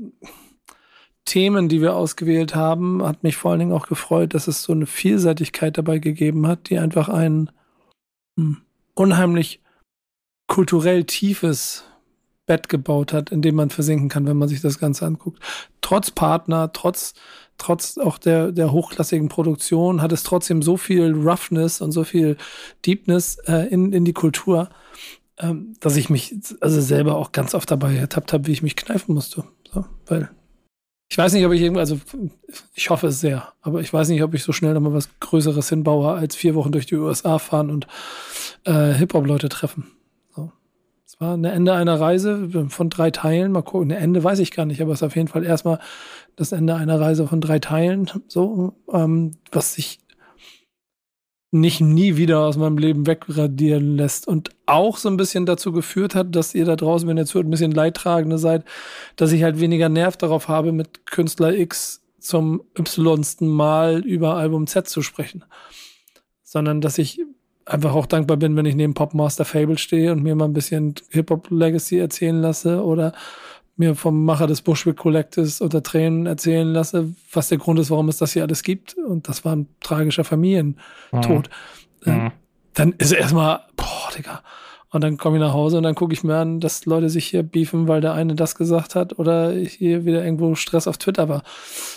Themen, die wir ausgewählt haben, hat mich vor allen Dingen auch gefreut, dass es so eine Vielseitigkeit dabei gegeben hat, die einfach ein mh, unheimlich kulturell tiefes Bett gebaut hat, in dem man versinken kann, wenn man sich das Ganze anguckt. Trotz Partner, trotz Trotz auch der, der hochklassigen Produktion hat es trotzdem so viel Roughness und so viel Deepness äh, in, in die Kultur, ähm, dass ich mich also selber auch ganz oft dabei ertappt habe, wie ich mich kneifen musste. So, weil ich weiß nicht, ob ich irgendwie, also ich hoffe es sehr, aber ich weiß nicht, ob ich so schnell nochmal was Größeres hinbaue, als vier Wochen durch die U S A fahren und äh, Hip-Hop-Leute treffen. So. Es war ein Ende einer Reise von drei Teilen. Mal gucken, ein Ende weiß ich gar nicht, aber es ist auf jeden Fall erstmal das Ende einer Reise von drei Teilen, so, ähm, was sich nicht nie wieder aus meinem Leben wegradieren lässt und auch so ein bisschen dazu geführt hat, dass ihr da draußen, wenn ihr zuhört, ein bisschen Leidtragende seid, dass ich halt weniger Nerv darauf habe, mit Künstler X zum y-sten Mal über Album Z zu sprechen, sondern dass ich einfach auch dankbar bin, wenn ich neben Popmaster Fable stehe und mir mal ein bisschen Hip-Hop-Legacy erzählen lasse oder mir vom Macher des Bushwick Collectives unter Tränen erzählen lasse, was der Grund ist, warum es das hier alles gibt. Und das war ein tragischer Familientod. Mhm. Äh, dann ist erstmal, boah, Digga. Und dann komme ich nach Hause und dann gucke ich mir an, dass Leute sich hier beefen, weil der eine das gesagt hat oder hier wieder irgendwo Stress auf Twitter war.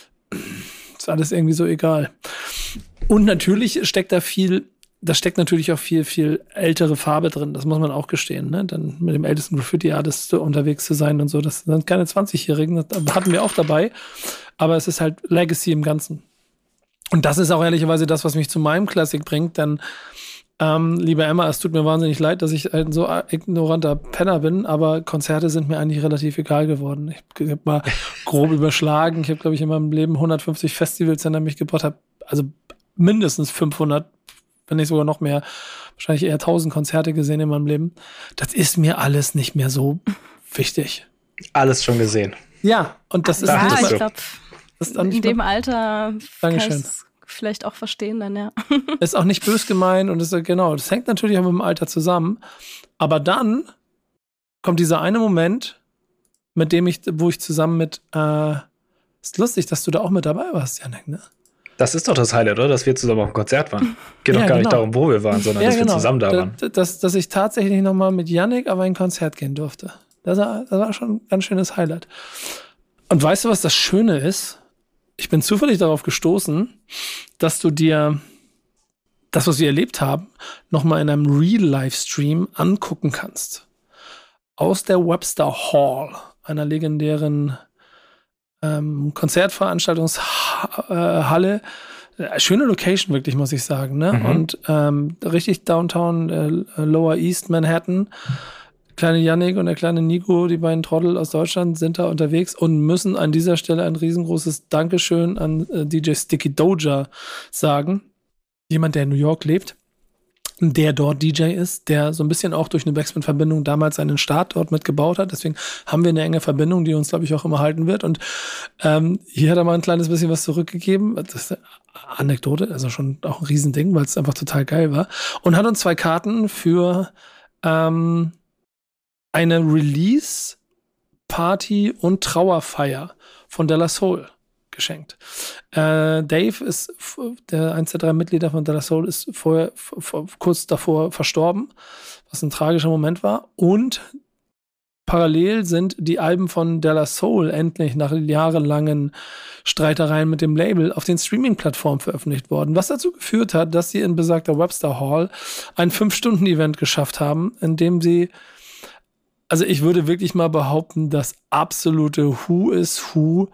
Ist alles irgendwie so egal. Und natürlich steckt da viel Da steckt natürlich auch viel, viel ältere Farbe drin. Das muss man auch gestehen, ne? Dann mit dem ältesten Graffiti-Artist unterwegs zu sein und so. Das sind keine zwanzigjährigen. Das hatten wir auch dabei. Aber es ist halt Legacy im Ganzen. Und das ist auch ehrlicherweise das, was mich zu meinem Classic bringt. Denn, ähm, liebe Emma, es tut mir wahnsinnig leid, dass ich ein so ignoranter Penner bin. Aber Konzerte sind mir eigentlich relativ egal geworden. Ich, ich habe mal grob überschlagen. Ich habe, glaube ich, in meinem Leben hundertfünfzig Festivals, an denen ich gebracht habe. Also mindestens fünfhundert, wenn nicht sogar noch mehr, wahrscheinlich eher tausend Konzerte gesehen in meinem Leben. Das ist mir alles nicht mehr so wichtig. Alles schon gesehen. Ja, und das ist ja, nicht ich mal, glaube, in dem Alter kann ich es vielleicht auch verstehen dann, ja. Ist auch nicht bös gemeint und ist genau, das hängt natürlich auch mit dem Alter zusammen. Aber dann kommt dieser eine Moment, mit dem ich, wo ich zusammen mit, äh, ist lustig, dass du da auch mit dabei warst, Janek, ne? Das ist doch das Highlight, oder? Dass wir zusammen auf dem Konzert waren. Geht ja, doch gar genau. nicht darum, wo wir waren, sondern ja, dass genau. wir zusammen da da, waren. Dass, dass ich tatsächlich nochmal mit Yannick auf ein Konzert gehen durfte. Das war, das war schon ein ganz schönes Highlight. Und weißt du, was das Schöne ist? Ich bin zufällig darauf gestoßen, dass du dir das, was wir erlebt haben, nochmal in einem Real-Livestream angucken kannst. Aus der Webster Hall, einer legendären ähm, Konzertveranstaltungshalle. Äh, schöne Location, wirklich, muss ich sagen. Ne? Mhm. Und ähm, richtig Downtown, äh, Lower East Manhattan. Kleine Yannick und der kleine Nico, die beiden Trottel aus Deutschland, sind da unterwegs und müssen an dieser Stelle ein riesengroßes Dankeschön an äh, D J Sticky Doja sagen. Jemand, der in New York lebt, der dort D J ist, der so ein bisschen auch durch eine Backspin-Verbindung damals seinen Start dort mitgebaut hat. Deswegen haben wir eine enge Verbindung, die uns, glaube ich, auch immer halten wird. Und ähm, hier hat er mal ein kleines bisschen was zurückgegeben. Das ist eine Anekdote, also schon auch ein Riesending, weil es einfach total geil war. Und hat uns zwei Karten für ähm, eine Release-Party und Trauerfeier von De La Soul geschenkt. Äh, Dave ist, der eins der drei Mitglieder von De La Soul, ist vorher, vor, kurz davor verstorben, was ein tragischer Moment war. Und parallel sind die Alben von De La Soul endlich nach jahrelangen Streitereien mit dem Label auf den Streaming-Plattformen veröffentlicht worden, was dazu geführt hat, dass sie in besagter Webster Hall ein fünf-Stunden-Event geschafft haben, in dem sie, also ich würde wirklich mal behaupten, das absolute Who is Who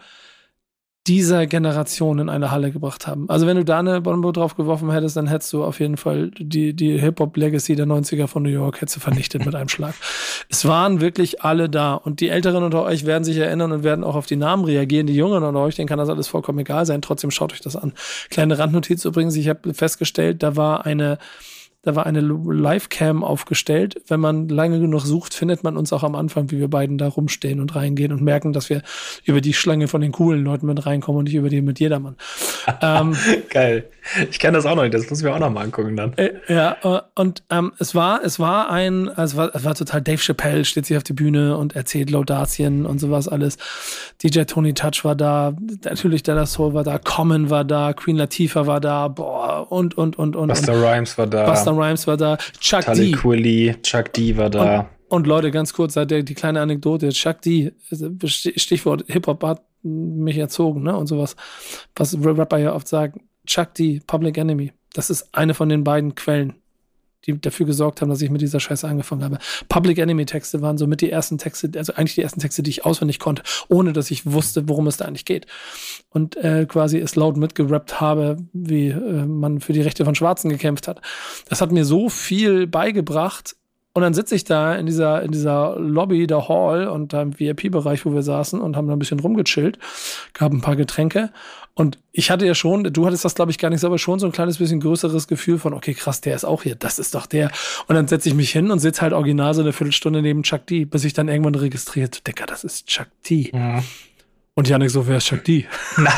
dieser Generation in eine Halle gebracht haben. Also wenn du da eine Bombe drauf geworfen hättest, dann hättest du auf jeden Fall die, die Hip-Hop-Legacy der neunziger von New York hättest du vernichtet mit einem Schlag. Es waren wirklich alle da und die Älteren unter euch werden sich erinnern und werden auch auf die Namen reagieren. Die Jüngeren unter euch, denen kann das alles vollkommen egal sein. Trotzdem schaut euch das an. Kleine Randnotiz übrigens, ich habe festgestellt, da war eine Da war eine Livecam aufgestellt. Wenn man lange genug sucht, findet man uns auch am Anfang, wie wir beiden da rumstehen und reingehen und merken, dass wir über die Schlange von den coolen Leuten mit reinkommen und nicht über die mit jedermann. ähm, Geil. Ich kenne das auch noch nicht. Das muss ich mir auch noch mal angucken dann. Äh, ja, äh, und ähm, es war, es war ein, es war, es war total Dave Chappelle steht sich auf die Bühne und erzählt Laudatien und sowas alles. D J Tony Touch war da, natürlich De La Soul war da, Common war da, Queen Latifah war da, boah, und, und, und, und. Busta Rhymes war da. Busta Rhymes war da, Chuck D. Quilly, Chuck D war da. Und, und Leute, ganz kurz, die, die kleine Anekdote, Chuck D, Stichwort Hip-Hop hat mich erzogen, ne, und sowas, was Rapper ja oft sagen. Chuck D, Public Enemy, das ist eine von den beiden Quellen, die dafür gesorgt haben, dass ich mit dieser Scheiße angefangen habe. Public Enemy Texte waren somit die ersten Texte, also eigentlich die ersten Texte, die ich auswendig konnte, ohne dass ich wusste, worum es da eigentlich geht. Und äh, quasi es laut mitgerappt habe, wie äh, man für die Rechte von Schwarzen gekämpft hat. Das hat mir so viel beigebracht. Und dann sitze ich da in dieser, in dieser Lobby der Hall und da im V I P-Bereich, wo wir saßen und haben da ein bisschen rumgechillt, gab ein paar Getränke. Und ich hatte ja schon, du hattest das, glaube ich, gar nicht so, aber schon so ein kleines bisschen größeres Gefühl von, okay, krass, der ist auch hier, das ist doch der. Und dann setze ich mich hin und sitze halt original so eine Viertelstunde neben Chuck D, bis ich dann irgendwann registriert, Digga, das ist Chuck D. Ja. Und Janik so, wer ist Chuck D? nein,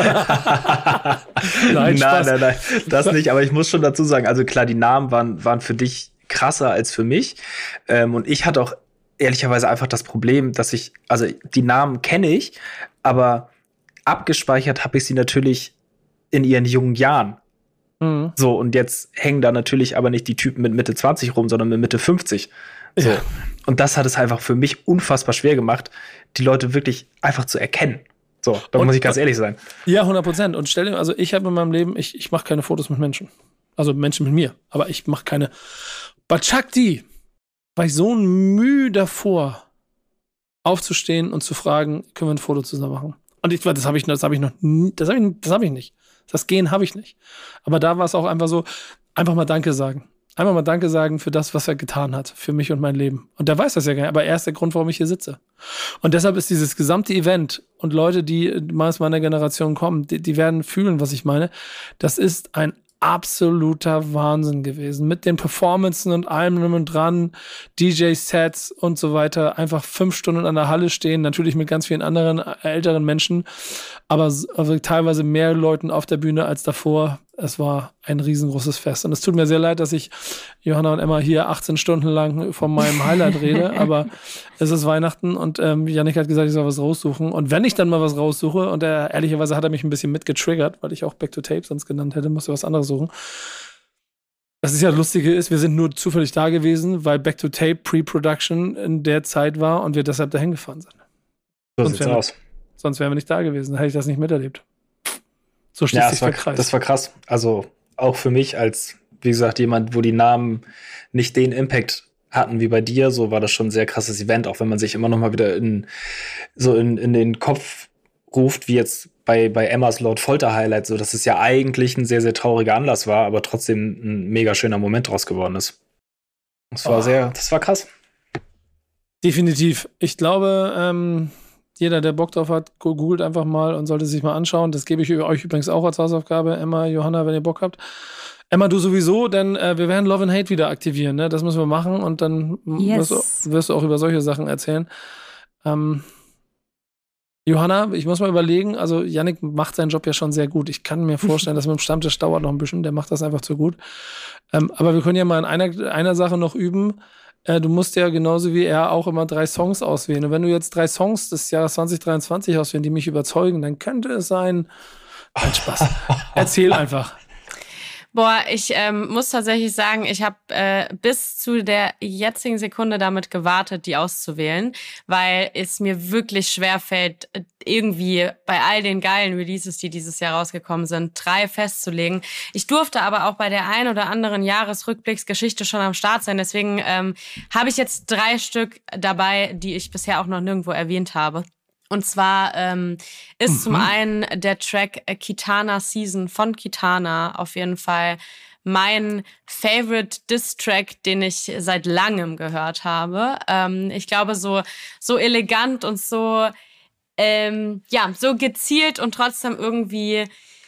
nein, nein, nein, das nicht. Aber ich muss schon dazu sagen, also klar, die Namen waren, waren für dich krasser als für mich. Ähm, und ich hatte auch ehrlicherweise einfach das Problem, dass ich, also die Namen kenne ich, aber abgespeichert habe ich sie natürlich in ihren jungen Jahren. Mhm. So, und jetzt hängen da natürlich aber nicht die Typen mit Mitte zwanzig rum, sondern mit Mitte fünfzig. So. Ja. Und das hat es einfach für mich unfassbar schwer gemacht, die Leute wirklich einfach zu erkennen. So, da und, muss ich ganz ehrlich sein. Ja, hundert Prozent. Und stell dir, also ich habe in meinem Leben, ich, ich mache keine Fotos mit Menschen. Also Menschen mit mir. Aber ich mache keine. Bei Chuck D war ich so ein Mühe davor, aufzustehen und zu fragen, können wir ein Foto zusammen machen? Und ich, das habe ich, das habe ich noch, nie, das habe ich, das habe ich nicht. Das Gehen habe ich nicht. Aber da war es auch einfach so, einfach mal Danke sagen. Einfach mal Danke sagen für das, was er getan hat, für mich und mein Leben. Und der weiß das ja gar nicht, aber er ist der Grund, warum ich hier sitze. Und deshalb ist dieses gesamte Event und Leute, die aus meiner Generation kommen, die, die werden fühlen, was ich meine. Das ist ein absoluter Wahnsinn gewesen. Mit den Performances und allem und dran, D J-Sets und so weiter. Einfach fünf Stunden an der Halle stehen, natürlich mit ganz vielen anderen älteren Menschen, aber also teilweise mehr Leuten auf der Bühne als davor. Es war ein riesengroßes Fest. Und es tut mir sehr leid, dass ich Johanna und Emma hier achtzehn Stunden lang von meinem Highlight rede, aber es ist Weihnachten und ähm, Jannik hat gesagt, ich soll was raussuchen. Und wenn ich dann mal was raussuche, und er, ehrlicherweise hat er mich ein bisschen mitgetriggert, weil ich auch Back to Tape sonst genannt hätte, musste was anderes suchen. Das ist ja das Lustige ist, wir sind nur zufällig da gewesen, weil Back to Tape Pre-Production in der Zeit war und wir deshalb dahin gefahren sind. So sonst sieht's aus. Wir, sonst wären wir nicht da gewesen, hätte ich das nicht miterlebt. So schließt ja, sich war, der Kreis. Das war krass. Also auch für mich als, wie gesagt, jemand, wo die Namen nicht den Impact hatten wie bei dir, so war das schon ein sehr krasses Event, auch wenn man sich immer noch mal wieder in so in, in den Kopf ruft, wie jetzt bei, bei Emmas Lord Folter Highlight, so dass es ja eigentlich ein sehr, sehr trauriger Anlass war, aber trotzdem ein mega schöner Moment draus geworden ist. Das war oh. sehr, das war krass. Definitiv. Ich glaube, ähm, jeder, der Bock drauf hat, googelt einfach mal und sollte sich mal anschauen. Das gebe ich euch übrigens auch als Hausaufgabe, Emma, Johanna, wenn ihr Bock habt. Emma, du sowieso, denn äh, wir werden Love and Hate wieder aktivieren, ne? Das müssen wir machen und dann yes. wirst, du, wirst du auch über solche Sachen erzählen. Ähm, Johanna, ich muss mal überlegen, also Yannick macht seinen Job ja schon sehr gut. Ich kann mir vorstellen, dass mit dem Stammtisch dauert noch ein bisschen, der macht das einfach zu gut. Ähm, aber wir können ja mal in einer, einer Sache noch üben. Äh, du musst ja genauso wie er auch immer drei Songs auswählen. Und wenn du jetzt drei Songs des Jahres zwanzig dreiundzwanzig auswählen, die mich überzeugen, dann könnte es sein, ein Spaß. Erzähl einfach. Boah, ich ähm, muss tatsächlich sagen, ich habe äh, bis zu der jetzigen Sekunde damit gewartet, die auszuwählen, weil es mir wirklich schwerfällt, irgendwie bei all den geilen Releases, die dieses Jahr rausgekommen sind, drei festzulegen. Ich durfte aber auch bei der ein oder anderen Jahresrückblicksgeschichte schon am Start sein. Deswegen ähm, habe ich jetzt drei Stück dabei, die ich bisher auch noch nirgendwo erwähnt habe. Und zwar ähm, ist mhm. zum einen der Track Kitana Season von Kitana auf jeden Fall mein Favorite Diss-Track, den ich seit langem gehört habe. Ähm, ich glaube, so so elegant und so ähm, ja so gezielt und trotzdem irgendwie,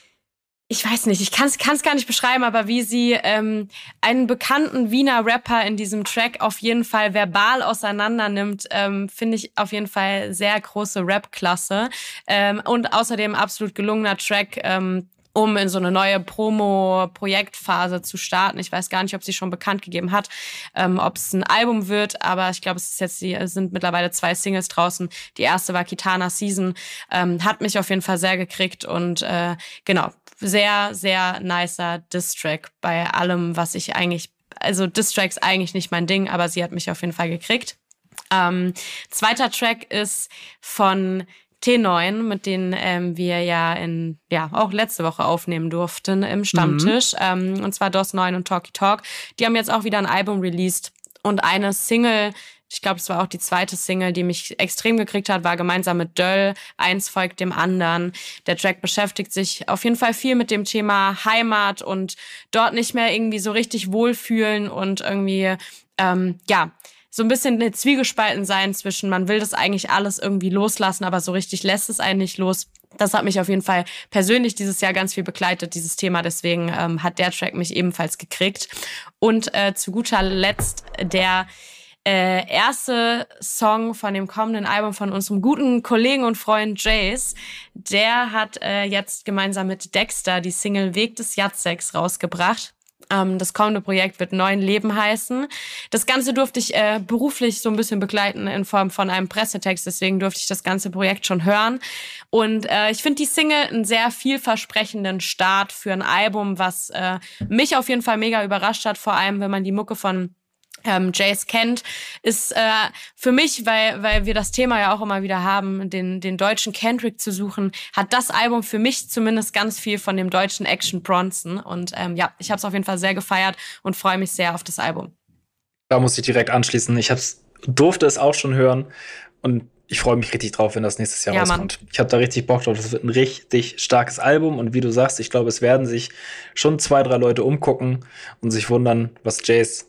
ich weiß nicht, ich kann es gar nicht beschreiben, aber wie sie ähm, einen bekannten Wiener Rapper in diesem Track auf jeden Fall verbal auseinander nimmt, ähm, finde ich auf jeden Fall sehr große Rap-Klasse. Ähm, und außerdem absolut gelungener Track, ähm, um in so eine neue Promo-Projektphase zu starten. Ich weiß gar nicht, ob sie schon bekannt gegeben hat, ähm, ob es ein Album wird, aber ich glaube, es ist jetzt, es sind mittlerweile zwei Singles draußen. Die erste war Kitana Season, ähm, hat mich auf jeden Fall sehr gekriegt und äh, genau, sehr, sehr nicer Diss-Track bei allem, was ich eigentlich, also Diss-Tracks eigentlich nicht mein Ding, aber sie hat mich auf jeden Fall gekriegt. Ähm, zweiter Track ist von T neun, mit denen ähm, wir ja in ja auch letzte Woche aufnehmen durften im Stammtisch. Mhm. Ähm, und zwar DOS neun und Talky Talk. Die haben jetzt auch wieder ein Album released und eine Single, ich glaube, es war auch die zweite Single, die mich extrem gekriegt hat, war gemeinsam mit Döll. Eins folgt dem anderen. Der Track beschäftigt sich auf jeden Fall viel mit dem Thema Heimat und dort nicht mehr irgendwie so richtig wohlfühlen und irgendwie, ähm, ja, so ein bisschen eine Zwiegespalten sein zwischen, man will das eigentlich alles irgendwie loslassen, aber so richtig lässt es einen nicht los. Das hat mich auf jeden Fall persönlich dieses Jahr ganz viel begleitet, dieses Thema. Deswegen ähm, hat der Track mich ebenfalls gekriegt. Und äh, zu guter Letzt der äh, erste Song von dem kommenden Album von unserem guten Kollegen und Freund Jace. Der hat äh, jetzt gemeinsam mit Dexter die Single Weg des Jatzeks rausgebracht. Das kommende Projekt wird Neuen Leben heißen. Das Ganze durfte ich äh, beruflich so ein bisschen begleiten in Form von einem Pressetext. Deswegen durfte ich das ganze Projekt schon hören. Und äh, ich finde die Single einen sehr vielversprechenden Start für ein Album, was äh, mich auf jeden Fall mega überrascht hat. Vor allem, wenn man die Mucke von Ähm, Jace kennt, ist äh, für mich, weil weil wir das Thema ja auch immer wieder haben, den den deutschen Kendrick zu suchen, hat das Album für mich zumindest ganz viel von dem deutschen Action Bronson. Und ähm, ja, ich habe es auf jeden Fall sehr gefeiert und freue mich sehr auf das Album. Da muss ich direkt anschließen. Ich hab's, durfte es auch schon hören und ich freue mich richtig drauf, wenn das nächstes Jahr ja, rauskommt. Mann. Ich habe da richtig Bock drauf. Das wird ein richtig starkes Album. Und wie du sagst, ich glaube, es werden sich schon zwei, drei Leute umgucken und sich wundern, was Jace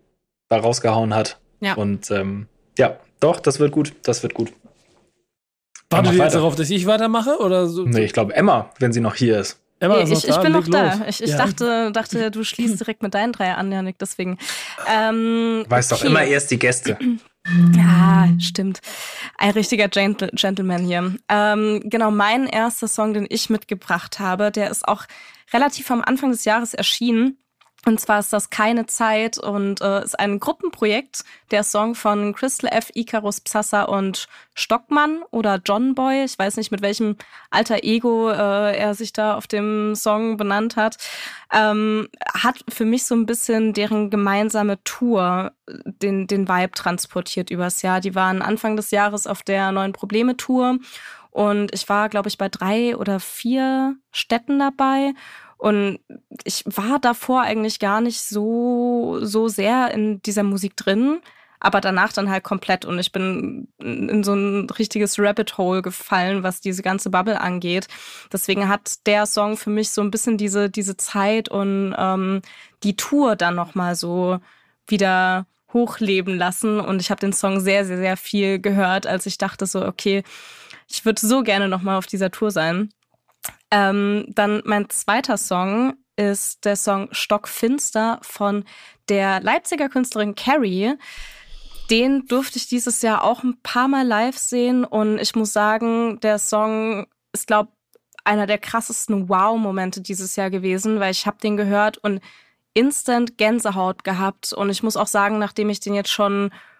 da rausgehauen hat. Ja. Und ähm, ja, doch, das wird gut. Das wird gut. Wartet ihr jetzt darauf, dass ich weitermache? Oder so? Nee, ich glaube Emma, wenn sie noch hier ist. Emma ist ich, noch ich da. bin noch da. Los. Ich, ich ja. dachte, dachte, du schließt direkt mit deinen drei an, Janik, deswegen. Ähm, weißt okay. doch immer erst die Gäste. Ja, stimmt. Ein richtiger Gentle- Gentleman hier. Ähm, genau, mein erster Song, den ich mitgebracht habe, der ist auch relativ am Anfang des Jahres erschienen. Und zwar ist das Keine Zeit und äh, ist ein Gruppenprojekt, der Song von Crystal F, Icarus Psassa und Stockmann oder John Boy. Ich weiß nicht, mit welchem alter Ego äh, er sich da auf dem Song benannt hat. Ähm, hat für mich so ein bisschen deren gemeinsame Tour den, den Vibe transportiert übers Jahr. Die waren Anfang des Jahres auf der Neuen Probleme-Tour und ich war, glaube ich, bei drei oder vier Städten dabei. Und ich war davor eigentlich gar nicht so, so sehr in dieser Musik drin, aber danach dann halt komplett. Und ich bin in so ein richtiges Rabbit Hole gefallen, was diese ganze Bubble angeht. Deswegen hat der Song für mich so ein bisschen diese, diese Zeit und ähm, die Tour dann nochmal so wieder hochleben lassen. Und ich habe den Song sehr, sehr, sehr viel gehört, als ich dachte so, okay, ich würde so gerne nochmal auf dieser Tour sein. Ähm, dann mein zweiter Song ist der Song Stockfinster von der Leipziger Künstlerin Carrie. Den durfte ich dieses Jahr auch ein paar Mal live sehen und ich muss sagen, der Song ist, glaube ich, einer der krassesten Wow-Momente dieses Jahr gewesen, weil ich habe den gehört und instant Gänsehaut gehabt und ich muss auch sagen, nachdem ich den jetzt schon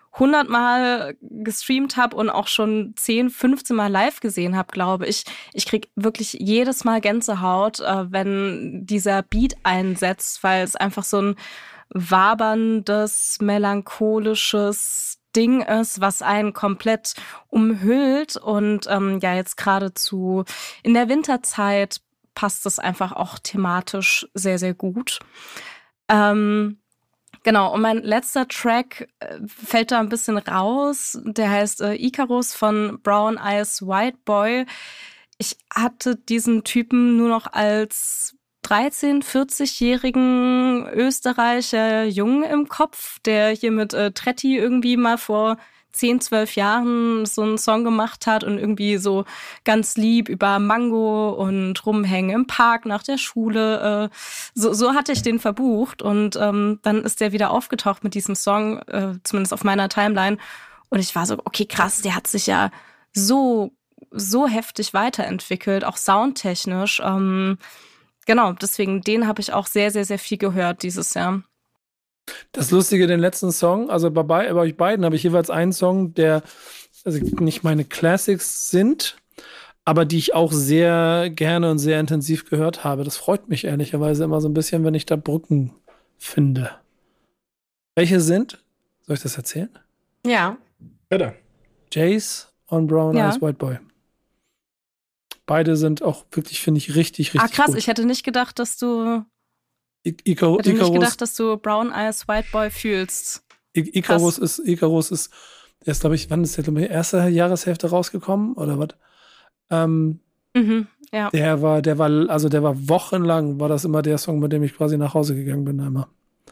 hundertmal gestreamt habe und auch schon zehn, fünfzehn Mal live gesehen habe, glaube ich. Ich krieg wirklich jedes Mal Gänsehaut, äh, wenn dieser Beat einsetzt, weil es einfach so ein waberndes, melancholisches Ding ist, was einen komplett umhüllt. Und ähm, ja, jetzt geradezu in der Winterzeit passt es einfach auch thematisch sehr, sehr gut. Ähm, genau, und mein letzter Track äh, fällt da ein bisschen raus. Der heißt äh, Icarus von Brown Eyes White Boy. Ich hatte diesen Typen nur noch als dreizehn-, vierzig-jährigen Österreicher Jungen im Kopf, der hier mit äh, Tretti irgendwie mal vor zehn, zwölf Jahren so einen Song gemacht hat und irgendwie so ganz lieb über Mango und Rumhängen im Park nach der Schule. Äh, so, so hatte ich den verbucht und ähm, dann ist der wieder aufgetaucht mit diesem Song, äh, zumindest auf meiner Timeline. Und ich war so, okay, krass, der hat sich ja so, so heftig weiterentwickelt, auch soundtechnisch. Ähm, Genau, deswegen, den habe ich auch sehr, sehr, sehr viel gehört dieses Jahr. Das Lustige, den letzten Song, also bei, bei euch beiden habe ich jeweils einen Song, der also nicht meine Classics sind, aber die ich auch sehr gerne und sehr intensiv gehört habe. Das freut mich ehrlicherweise immer so ein bisschen, wenn ich da Brücken finde. Welche sind? Soll ich das erzählen? Ja. Bitte. Jace und Brown Ja. Eyes White Boy. Beide sind auch wirklich, finde ich, richtig, richtig Ah, krass, gut. ich hätte nicht gedacht, dass du I- Icaro- hätte nicht Icarus, gedacht, dass du Brown Eyes White Boy fühlst. I- Icarus ist, Icarus ist, der ist, glaube ich, wann ist der, glaube ich, erste Jahreshälfte rausgekommen oder was? Ähm, Mhm, ja. der war, der war, also der war wochenlang, war das immer der Song, mit dem ich quasi nach Hause gegangen bin, einmal.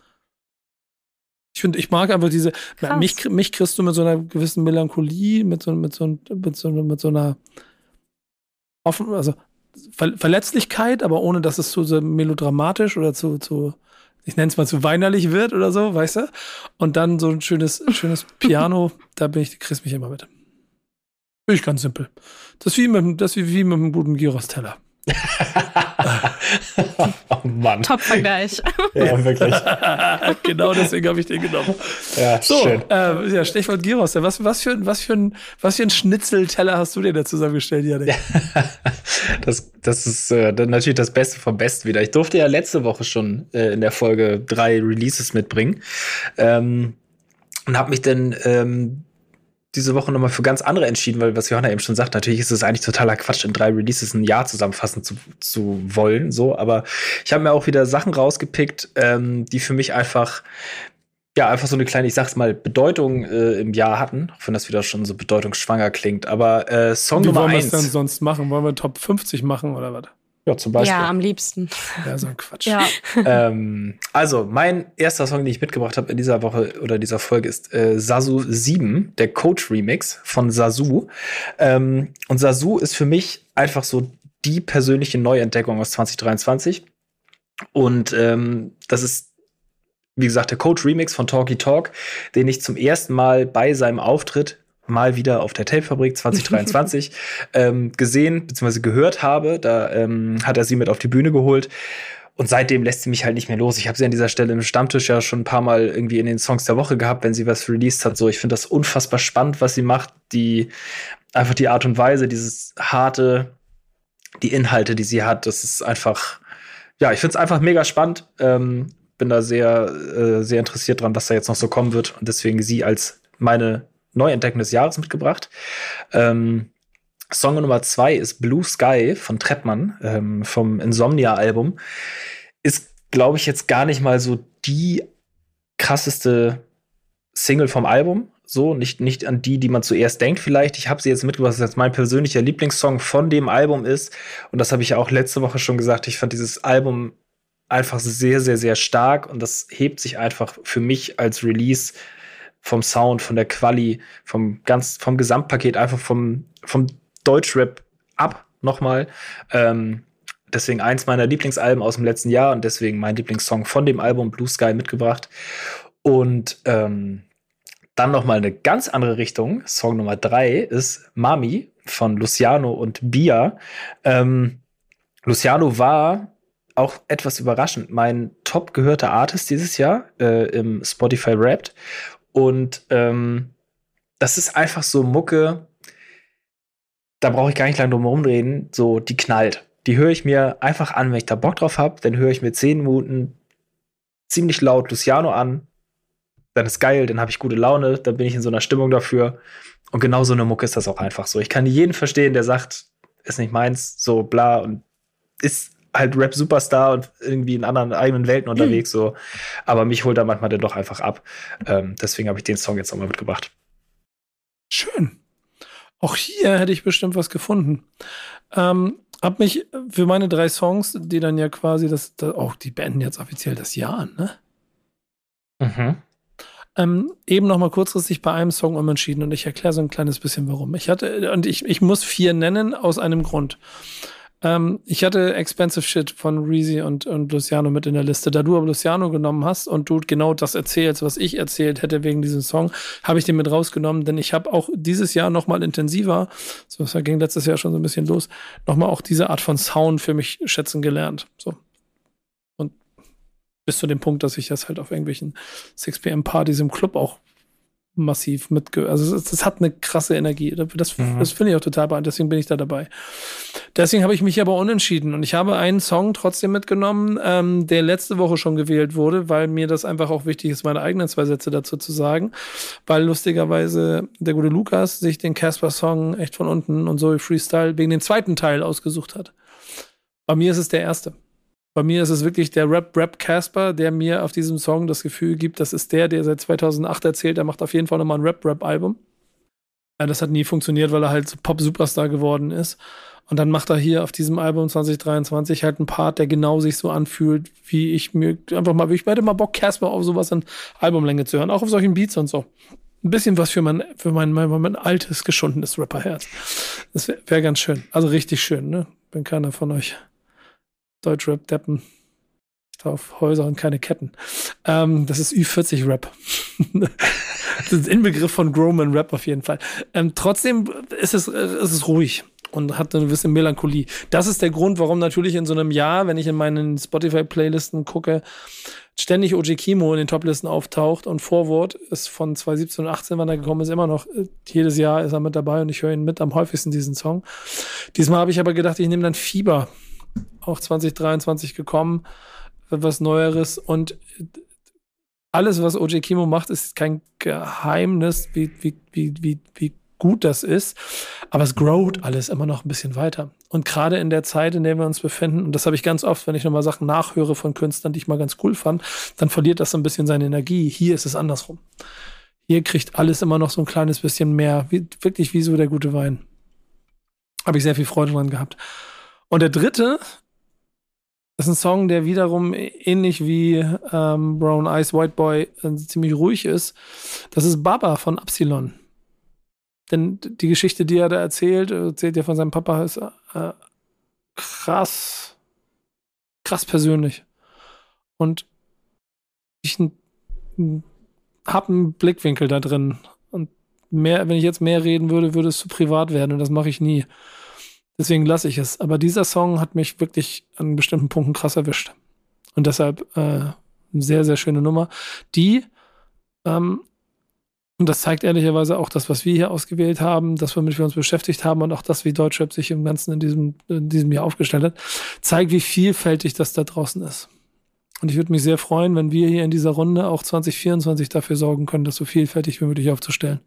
Ich finde, ich mag einfach diese, Krass. mich, mich kriegst du mit so einer gewissen Melancholie, mit so, mit so, mit so, mit so einer offen, also Ver- Verletzlichkeit, aber ohne, dass es zu so melodramatisch oder zu, zu ich nenne es mal zu weinerlich wird oder so, weißt du? Und dann so ein schönes, schönes Piano, da bin ich, kriegst mich immer mit. Bin ich ganz simpel. Das ist wie mit, das ist wie, wie mit einem guten Gyros-Teller. Oh Mann. Top-Vergleich. Ja, wirklich. Genau deswegen habe ich den genommen. Ja, So, schön. äh, ja, Stichwort Gyros. Was, was, für, ein- was, für ein, was für ein Schnitzelteller hast du dir da zusammengestellt, Janik? Das, das ist äh, dann natürlich das Beste vom Besten wieder. Ich durfte ja letzte Woche schon äh, in der Folge drei Releases mitbringen. Ähm, und habe mich dann ähm, diese Woche nochmal für ganz andere entschieden, weil was Johanna eben schon sagt, natürlich ist es eigentlich totaler Quatsch, in drei Releases ein Jahr zusammenfassen zu, zu wollen. So, aber ich habe mir auch wieder Sachen rausgepickt, ähm, die für mich einfach ja, einfach so eine kleine, ich sag's mal, Bedeutung äh, im Jahr hatten, auch wenn das wieder schon so bedeutungsschwanger klingt. Aber äh, Song Wie Nummer wollen wir es eins. denn sonst machen? Wollen wir Top fünfzig machen oder was? Ja, zum Beispiel. Ja, am liebsten. Ja, so ein Quatsch. Ja. ähm, also, mein erster Song, den ich mitgebracht habe in dieser Woche oder dieser Folge, ist äh, Sasu sieben, der Coach-Remix von Sasu. Ähm, und Sasu ist für mich einfach so die persönliche Neuentdeckung aus zwanzig dreiundzwanzig. Und ähm, das ist, wie gesagt, der Coach-Remix von Talky Talk, den ich zum ersten Mal bei seinem Auftritt mal wieder auf der Tapefabrik zwanzig dreiundzwanzig ähm, gesehen bzw. gehört habe. Da ähm, hat er sie mit auf die Bühne geholt. Und seitdem lässt sie mich halt nicht mehr los. Ich habe sie an dieser Stelle im Stammtisch ja schon ein paar Mal irgendwie in den Songs der Woche gehabt, wenn sie was released hat. So, ich finde das unfassbar spannend, was sie macht. Die, einfach die Art und Weise, dieses harte, die Inhalte, die sie hat, das ist einfach, ja, ich finde es einfach mega spannend. Ähm, bin da sehr, äh, sehr interessiert dran, was da jetzt noch so kommen wird. Und deswegen sie als meine Neuentdeckung des Jahres mitgebracht. Ähm, Song Nummer zwei ist Blue Sky von Trettmann, ähm, vom Insomnia-Album. Ist, glaube ich, jetzt gar nicht mal so die krasseste Single vom Album. So, nicht, nicht an die, die man zuerst denkt vielleicht. Ich habe sie jetzt mitgebracht, dass das jetzt mein persönlicher Lieblingssong von dem Album ist. Und das habe ich ja auch letzte Woche schon gesagt. Ich fand dieses Album einfach sehr, sehr, sehr stark. Und das hebt sich einfach für mich als Release vom Sound, von der Quali, vom ganz, vom Gesamtpaket, einfach vom, vom Deutschrap ab nochmal. Ähm, deswegen eins meiner Lieblingsalben aus dem letzten Jahr und deswegen mein Lieblingssong von dem Album Blue Sky mitgebracht. Und ähm, dann noch mal eine ganz andere Richtung. Song Nummer drei ist Mami von Luciano und Bia. Ähm, Luciano war auch etwas überraschend mein top gehörter Artist dieses Jahr äh, im Spotify Wrapped. Und ähm, das ist einfach so Mucke, da brauche ich gar nicht lange drum rumreden, so die knallt. Die höre ich mir einfach an, wenn ich da Bock drauf habe, dann höre ich mir zehn Minuten ziemlich laut Luciano an, dann ist geil, dann habe ich gute Laune, dann bin ich in so einer Stimmung dafür. Und genau so eine Mucke ist das auch einfach so. Ich kann jeden verstehen, der sagt, ist nicht meins, so bla und ist halt Rap-Superstar und irgendwie in anderen eigenen Welten unterwegs, mhm. so. Aber mich holt er manchmal dann doch einfach ab. Ähm, deswegen habe ich den Song jetzt nochmal mitgebracht. Schön. Auch hier hätte ich bestimmt was gefunden. Ähm, hab mich für meine drei Songs, die dann ja quasi das, das auch, die beenden jetzt offiziell das Jahr, ne? Mhm. Ähm, eben noch mal kurzfristig bei einem Song umentschieden und ich erkläre so ein kleines bisschen, warum. Ich hatte, und ich, ich muss vier nennen aus einem Grund. Ähm, ich hatte Expensive Shit von Reezy und, und Luciano mit in der Liste. Da du aber Luciano genommen hast und du genau das erzählst, was ich erzählt hätte wegen diesem Song, habe ich den mit rausgenommen, denn ich habe auch dieses Jahr noch mal intensiver, so das ging letztes Jahr schon so ein bisschen los, noch mal auch diese Art von Sound für mich schätzen gelernt. So. Und bis zu dem Punkt, dass ich das halt auf irgendwelchen six p m Partys im Club auch massiv mitge... Also es, es hat eine krasse Energie. Das, mhm. das finde ich auch total beeindruckend. Deswegen bin ich da dabei. Deswegen habe ich mich aber umentschieden. Und ich habe einen Song trotzdem mitgenommen, ähm, der letzte Woche schon gewählt wurde, weil mir das einfach auch wichtig ist, meine eigenen zwei Sätze dazu zu sagen. Weil lustigerweise der gute Lukas sich den Casper-Song echt von unten und so Freestyle wegen dem zweiten Teil ausgesucht hat. Bei mir ist es der erste. Bei mir ist es wirklich der Rap-Rap-Casper, der mir auf diesem Song das Gefühl gibt, das ist der, der seit zweitausendacht erzählt, er macht auf jeden Fall nochmal ein Rap-Rap-Album. Ja, das hat nie funktioniert, weil er halt so Pop-Superstar geworden ist. Und dann macht er hier auf diesem Album zwanzig dreiundzwanzig halt einen Part, der genau sich so anfühlt, wie ich mir einfach mal, ich hätte mal Bock, Casper auf sowas in Albumlänge zu hören, auch auf solchen Beats und so. Ein bisschen was für mein, für mein, mein, mein altes, geschundenes Rapperherz. Das wäre wär ganz schön. Also richtig schön, ne? Bin keiner von euch Deutschrap-Deppen. Ich auf Häuser und keine Ketten. Ähm, das ist Ü vierzig Rap. Das ist Inbegriff von Growman Rap auf jeden Fall. Ähm, trotzdem ist es, ist es ruhig und hat eine gewisse Melancholie. Das ist der Grund, warum natürlich in so einem Jahr, wenn ich in meinen Spotify-Playlisten gucke, ständig O J Kimo in den Toplisten auftaucht und Vorwort ist von zwanzig siebzehn und achtzehn, wann er gekommen ist, immer noch. Jedes Jahr ist er mit dabei und ich höre ihn mit am häufigsten, diesen Song. Diesmal habe ich aber gedacht, ich nehme dann Fieber. Auch zwanzig dreiundzwanzig gekommen, was Neueres und alles, was O J Kimo macht, ist kein Geheimnis, wie, wie, wie, wie, wie gut das ist, aber es growt alles immer noch ein bisschen weiter. Und gerade in der Zeit, in der wir uns befinden, und das habe ich ganz oft, wenn ich nochmal Sachen nachhöre von Künstlern, die ich mal ganz cool fand, dann verliert das so ein bisschen seine Energie. Hier ist es andersrum. Hier kriegt alles immer noch so ein kleines bisschen mehr, wie, wirklich wie so der gute Wein. Habe ich sehr viel Freude dran gehabt. Und der dritte ist ein Song, der wiederum ähnlich wie ähm, Brown Eyes White Boy äh, ziemlich ruhig ist. Das ist Baba von Absilon. Denn die Geschichte, die er da erzählt, erzählt ja von seinem Papa, ist äh, krass, krass persönlich. Und ich n- n- hab einen Blickwinkel da drin. Und mehr, wenn ich jetzt mehr reden würde, würde es zu privat werden. Und das mache ich nie. Deswegen lasse ich es. Aber dieser Song hat mich wirklich an bestimmten Punkten krass erwischt. Und deshalb äh, eine sehr, sehr schöne Nummer, die, ähm, und das zeigt ehrlicherweise auch das, was wir hier ausgewählt haben, das, womit wir uns beschäftigt haben und auch das, wie Deutschrap sich im Ganzen in diesem, in diesem Jahr aufgestellt hat, zeigt, wie vielfältig das da draußen ist. Und ich würde mich sehr freuen, wenn wir hier in dieser Runde auch zwanzig vierundzwanzig dafür sorgen können, das so vielfältig wie möglich aufzustellen.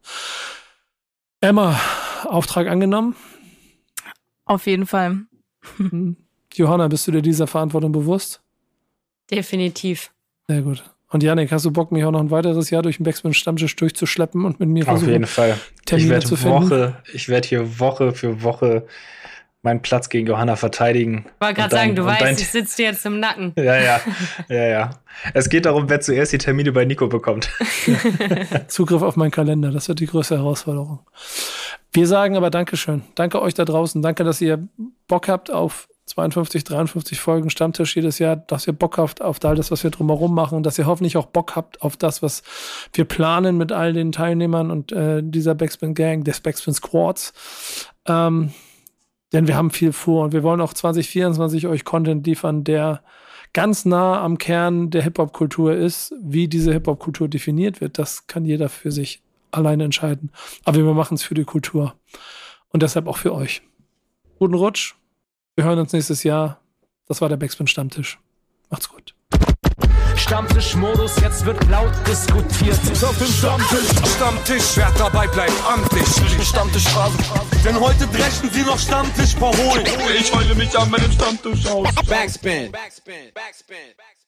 Emma, Auftrag angenommen? Auf jeden Fall. Johanna, bist du dir dieser Verantwortung bewusst? Definitiv. Sehr gut. Und Yannick, hast du Bock, mich auch noch ein weiteres Jahr durch den Backspin-Stammtisch durchzuschleppen und mit mir versuchen, auf jeden Fall. Termine ich zu finden? Woche, ich werde hier Woche für Woche meinen Platz gegen Johanna verteidigen. Ich wollte gerade sagen, du weißt, ich sitze dir jetzt im Nacken. Ja, ja, ja, ja. Es geht darum, wer zuerst die Termine bei Nico bekommt. Zugriff auf meinen Kalender, das wird die größte Herausforderung. Wir sagen aber Dankeschön. Danke euch da draußen. Danke, dass ihr Bock habt auf zweiundfünfzig, dreiundfünfzig Folgen Stammtisch jedes Jahr, dass ihr Bock habt auf all das, was wir drumherum machen, dass ihr hoffentlich auch Bock habt auf das, was wir planen mit all den Teilnehmern und äh, dieser Backspin Gang, des Backspin Squads. Ähm, denn wir haben viel vor und wir wollen auch zwanzig vierundzwanzig euch Content liefern, der ganz nah am Kern der Hip-Hop-Kultur ist. Wie diese Hip-Hop-Kultur definiert wird, das kann jeder für sich alleine entscheiden. Aber wir machen es für die Kultur. Und deshalb auch für euch. Guten Rutsch. Wir hören uns nächstes Jahr. Das war der Backspin-Stammtisch. Macht's gut. Stammtischmodus, jetzt wird laut diskutiert. Auf dem Stammtisch, Stammtisch, wer dabei bleibt, amtlich. Stammtischphase, denn heute brechen sie noch Stammtisch verholen. Ich heule mich an meinem Stammtisch aus. Backspin. Backspin. Backspin. Backspin.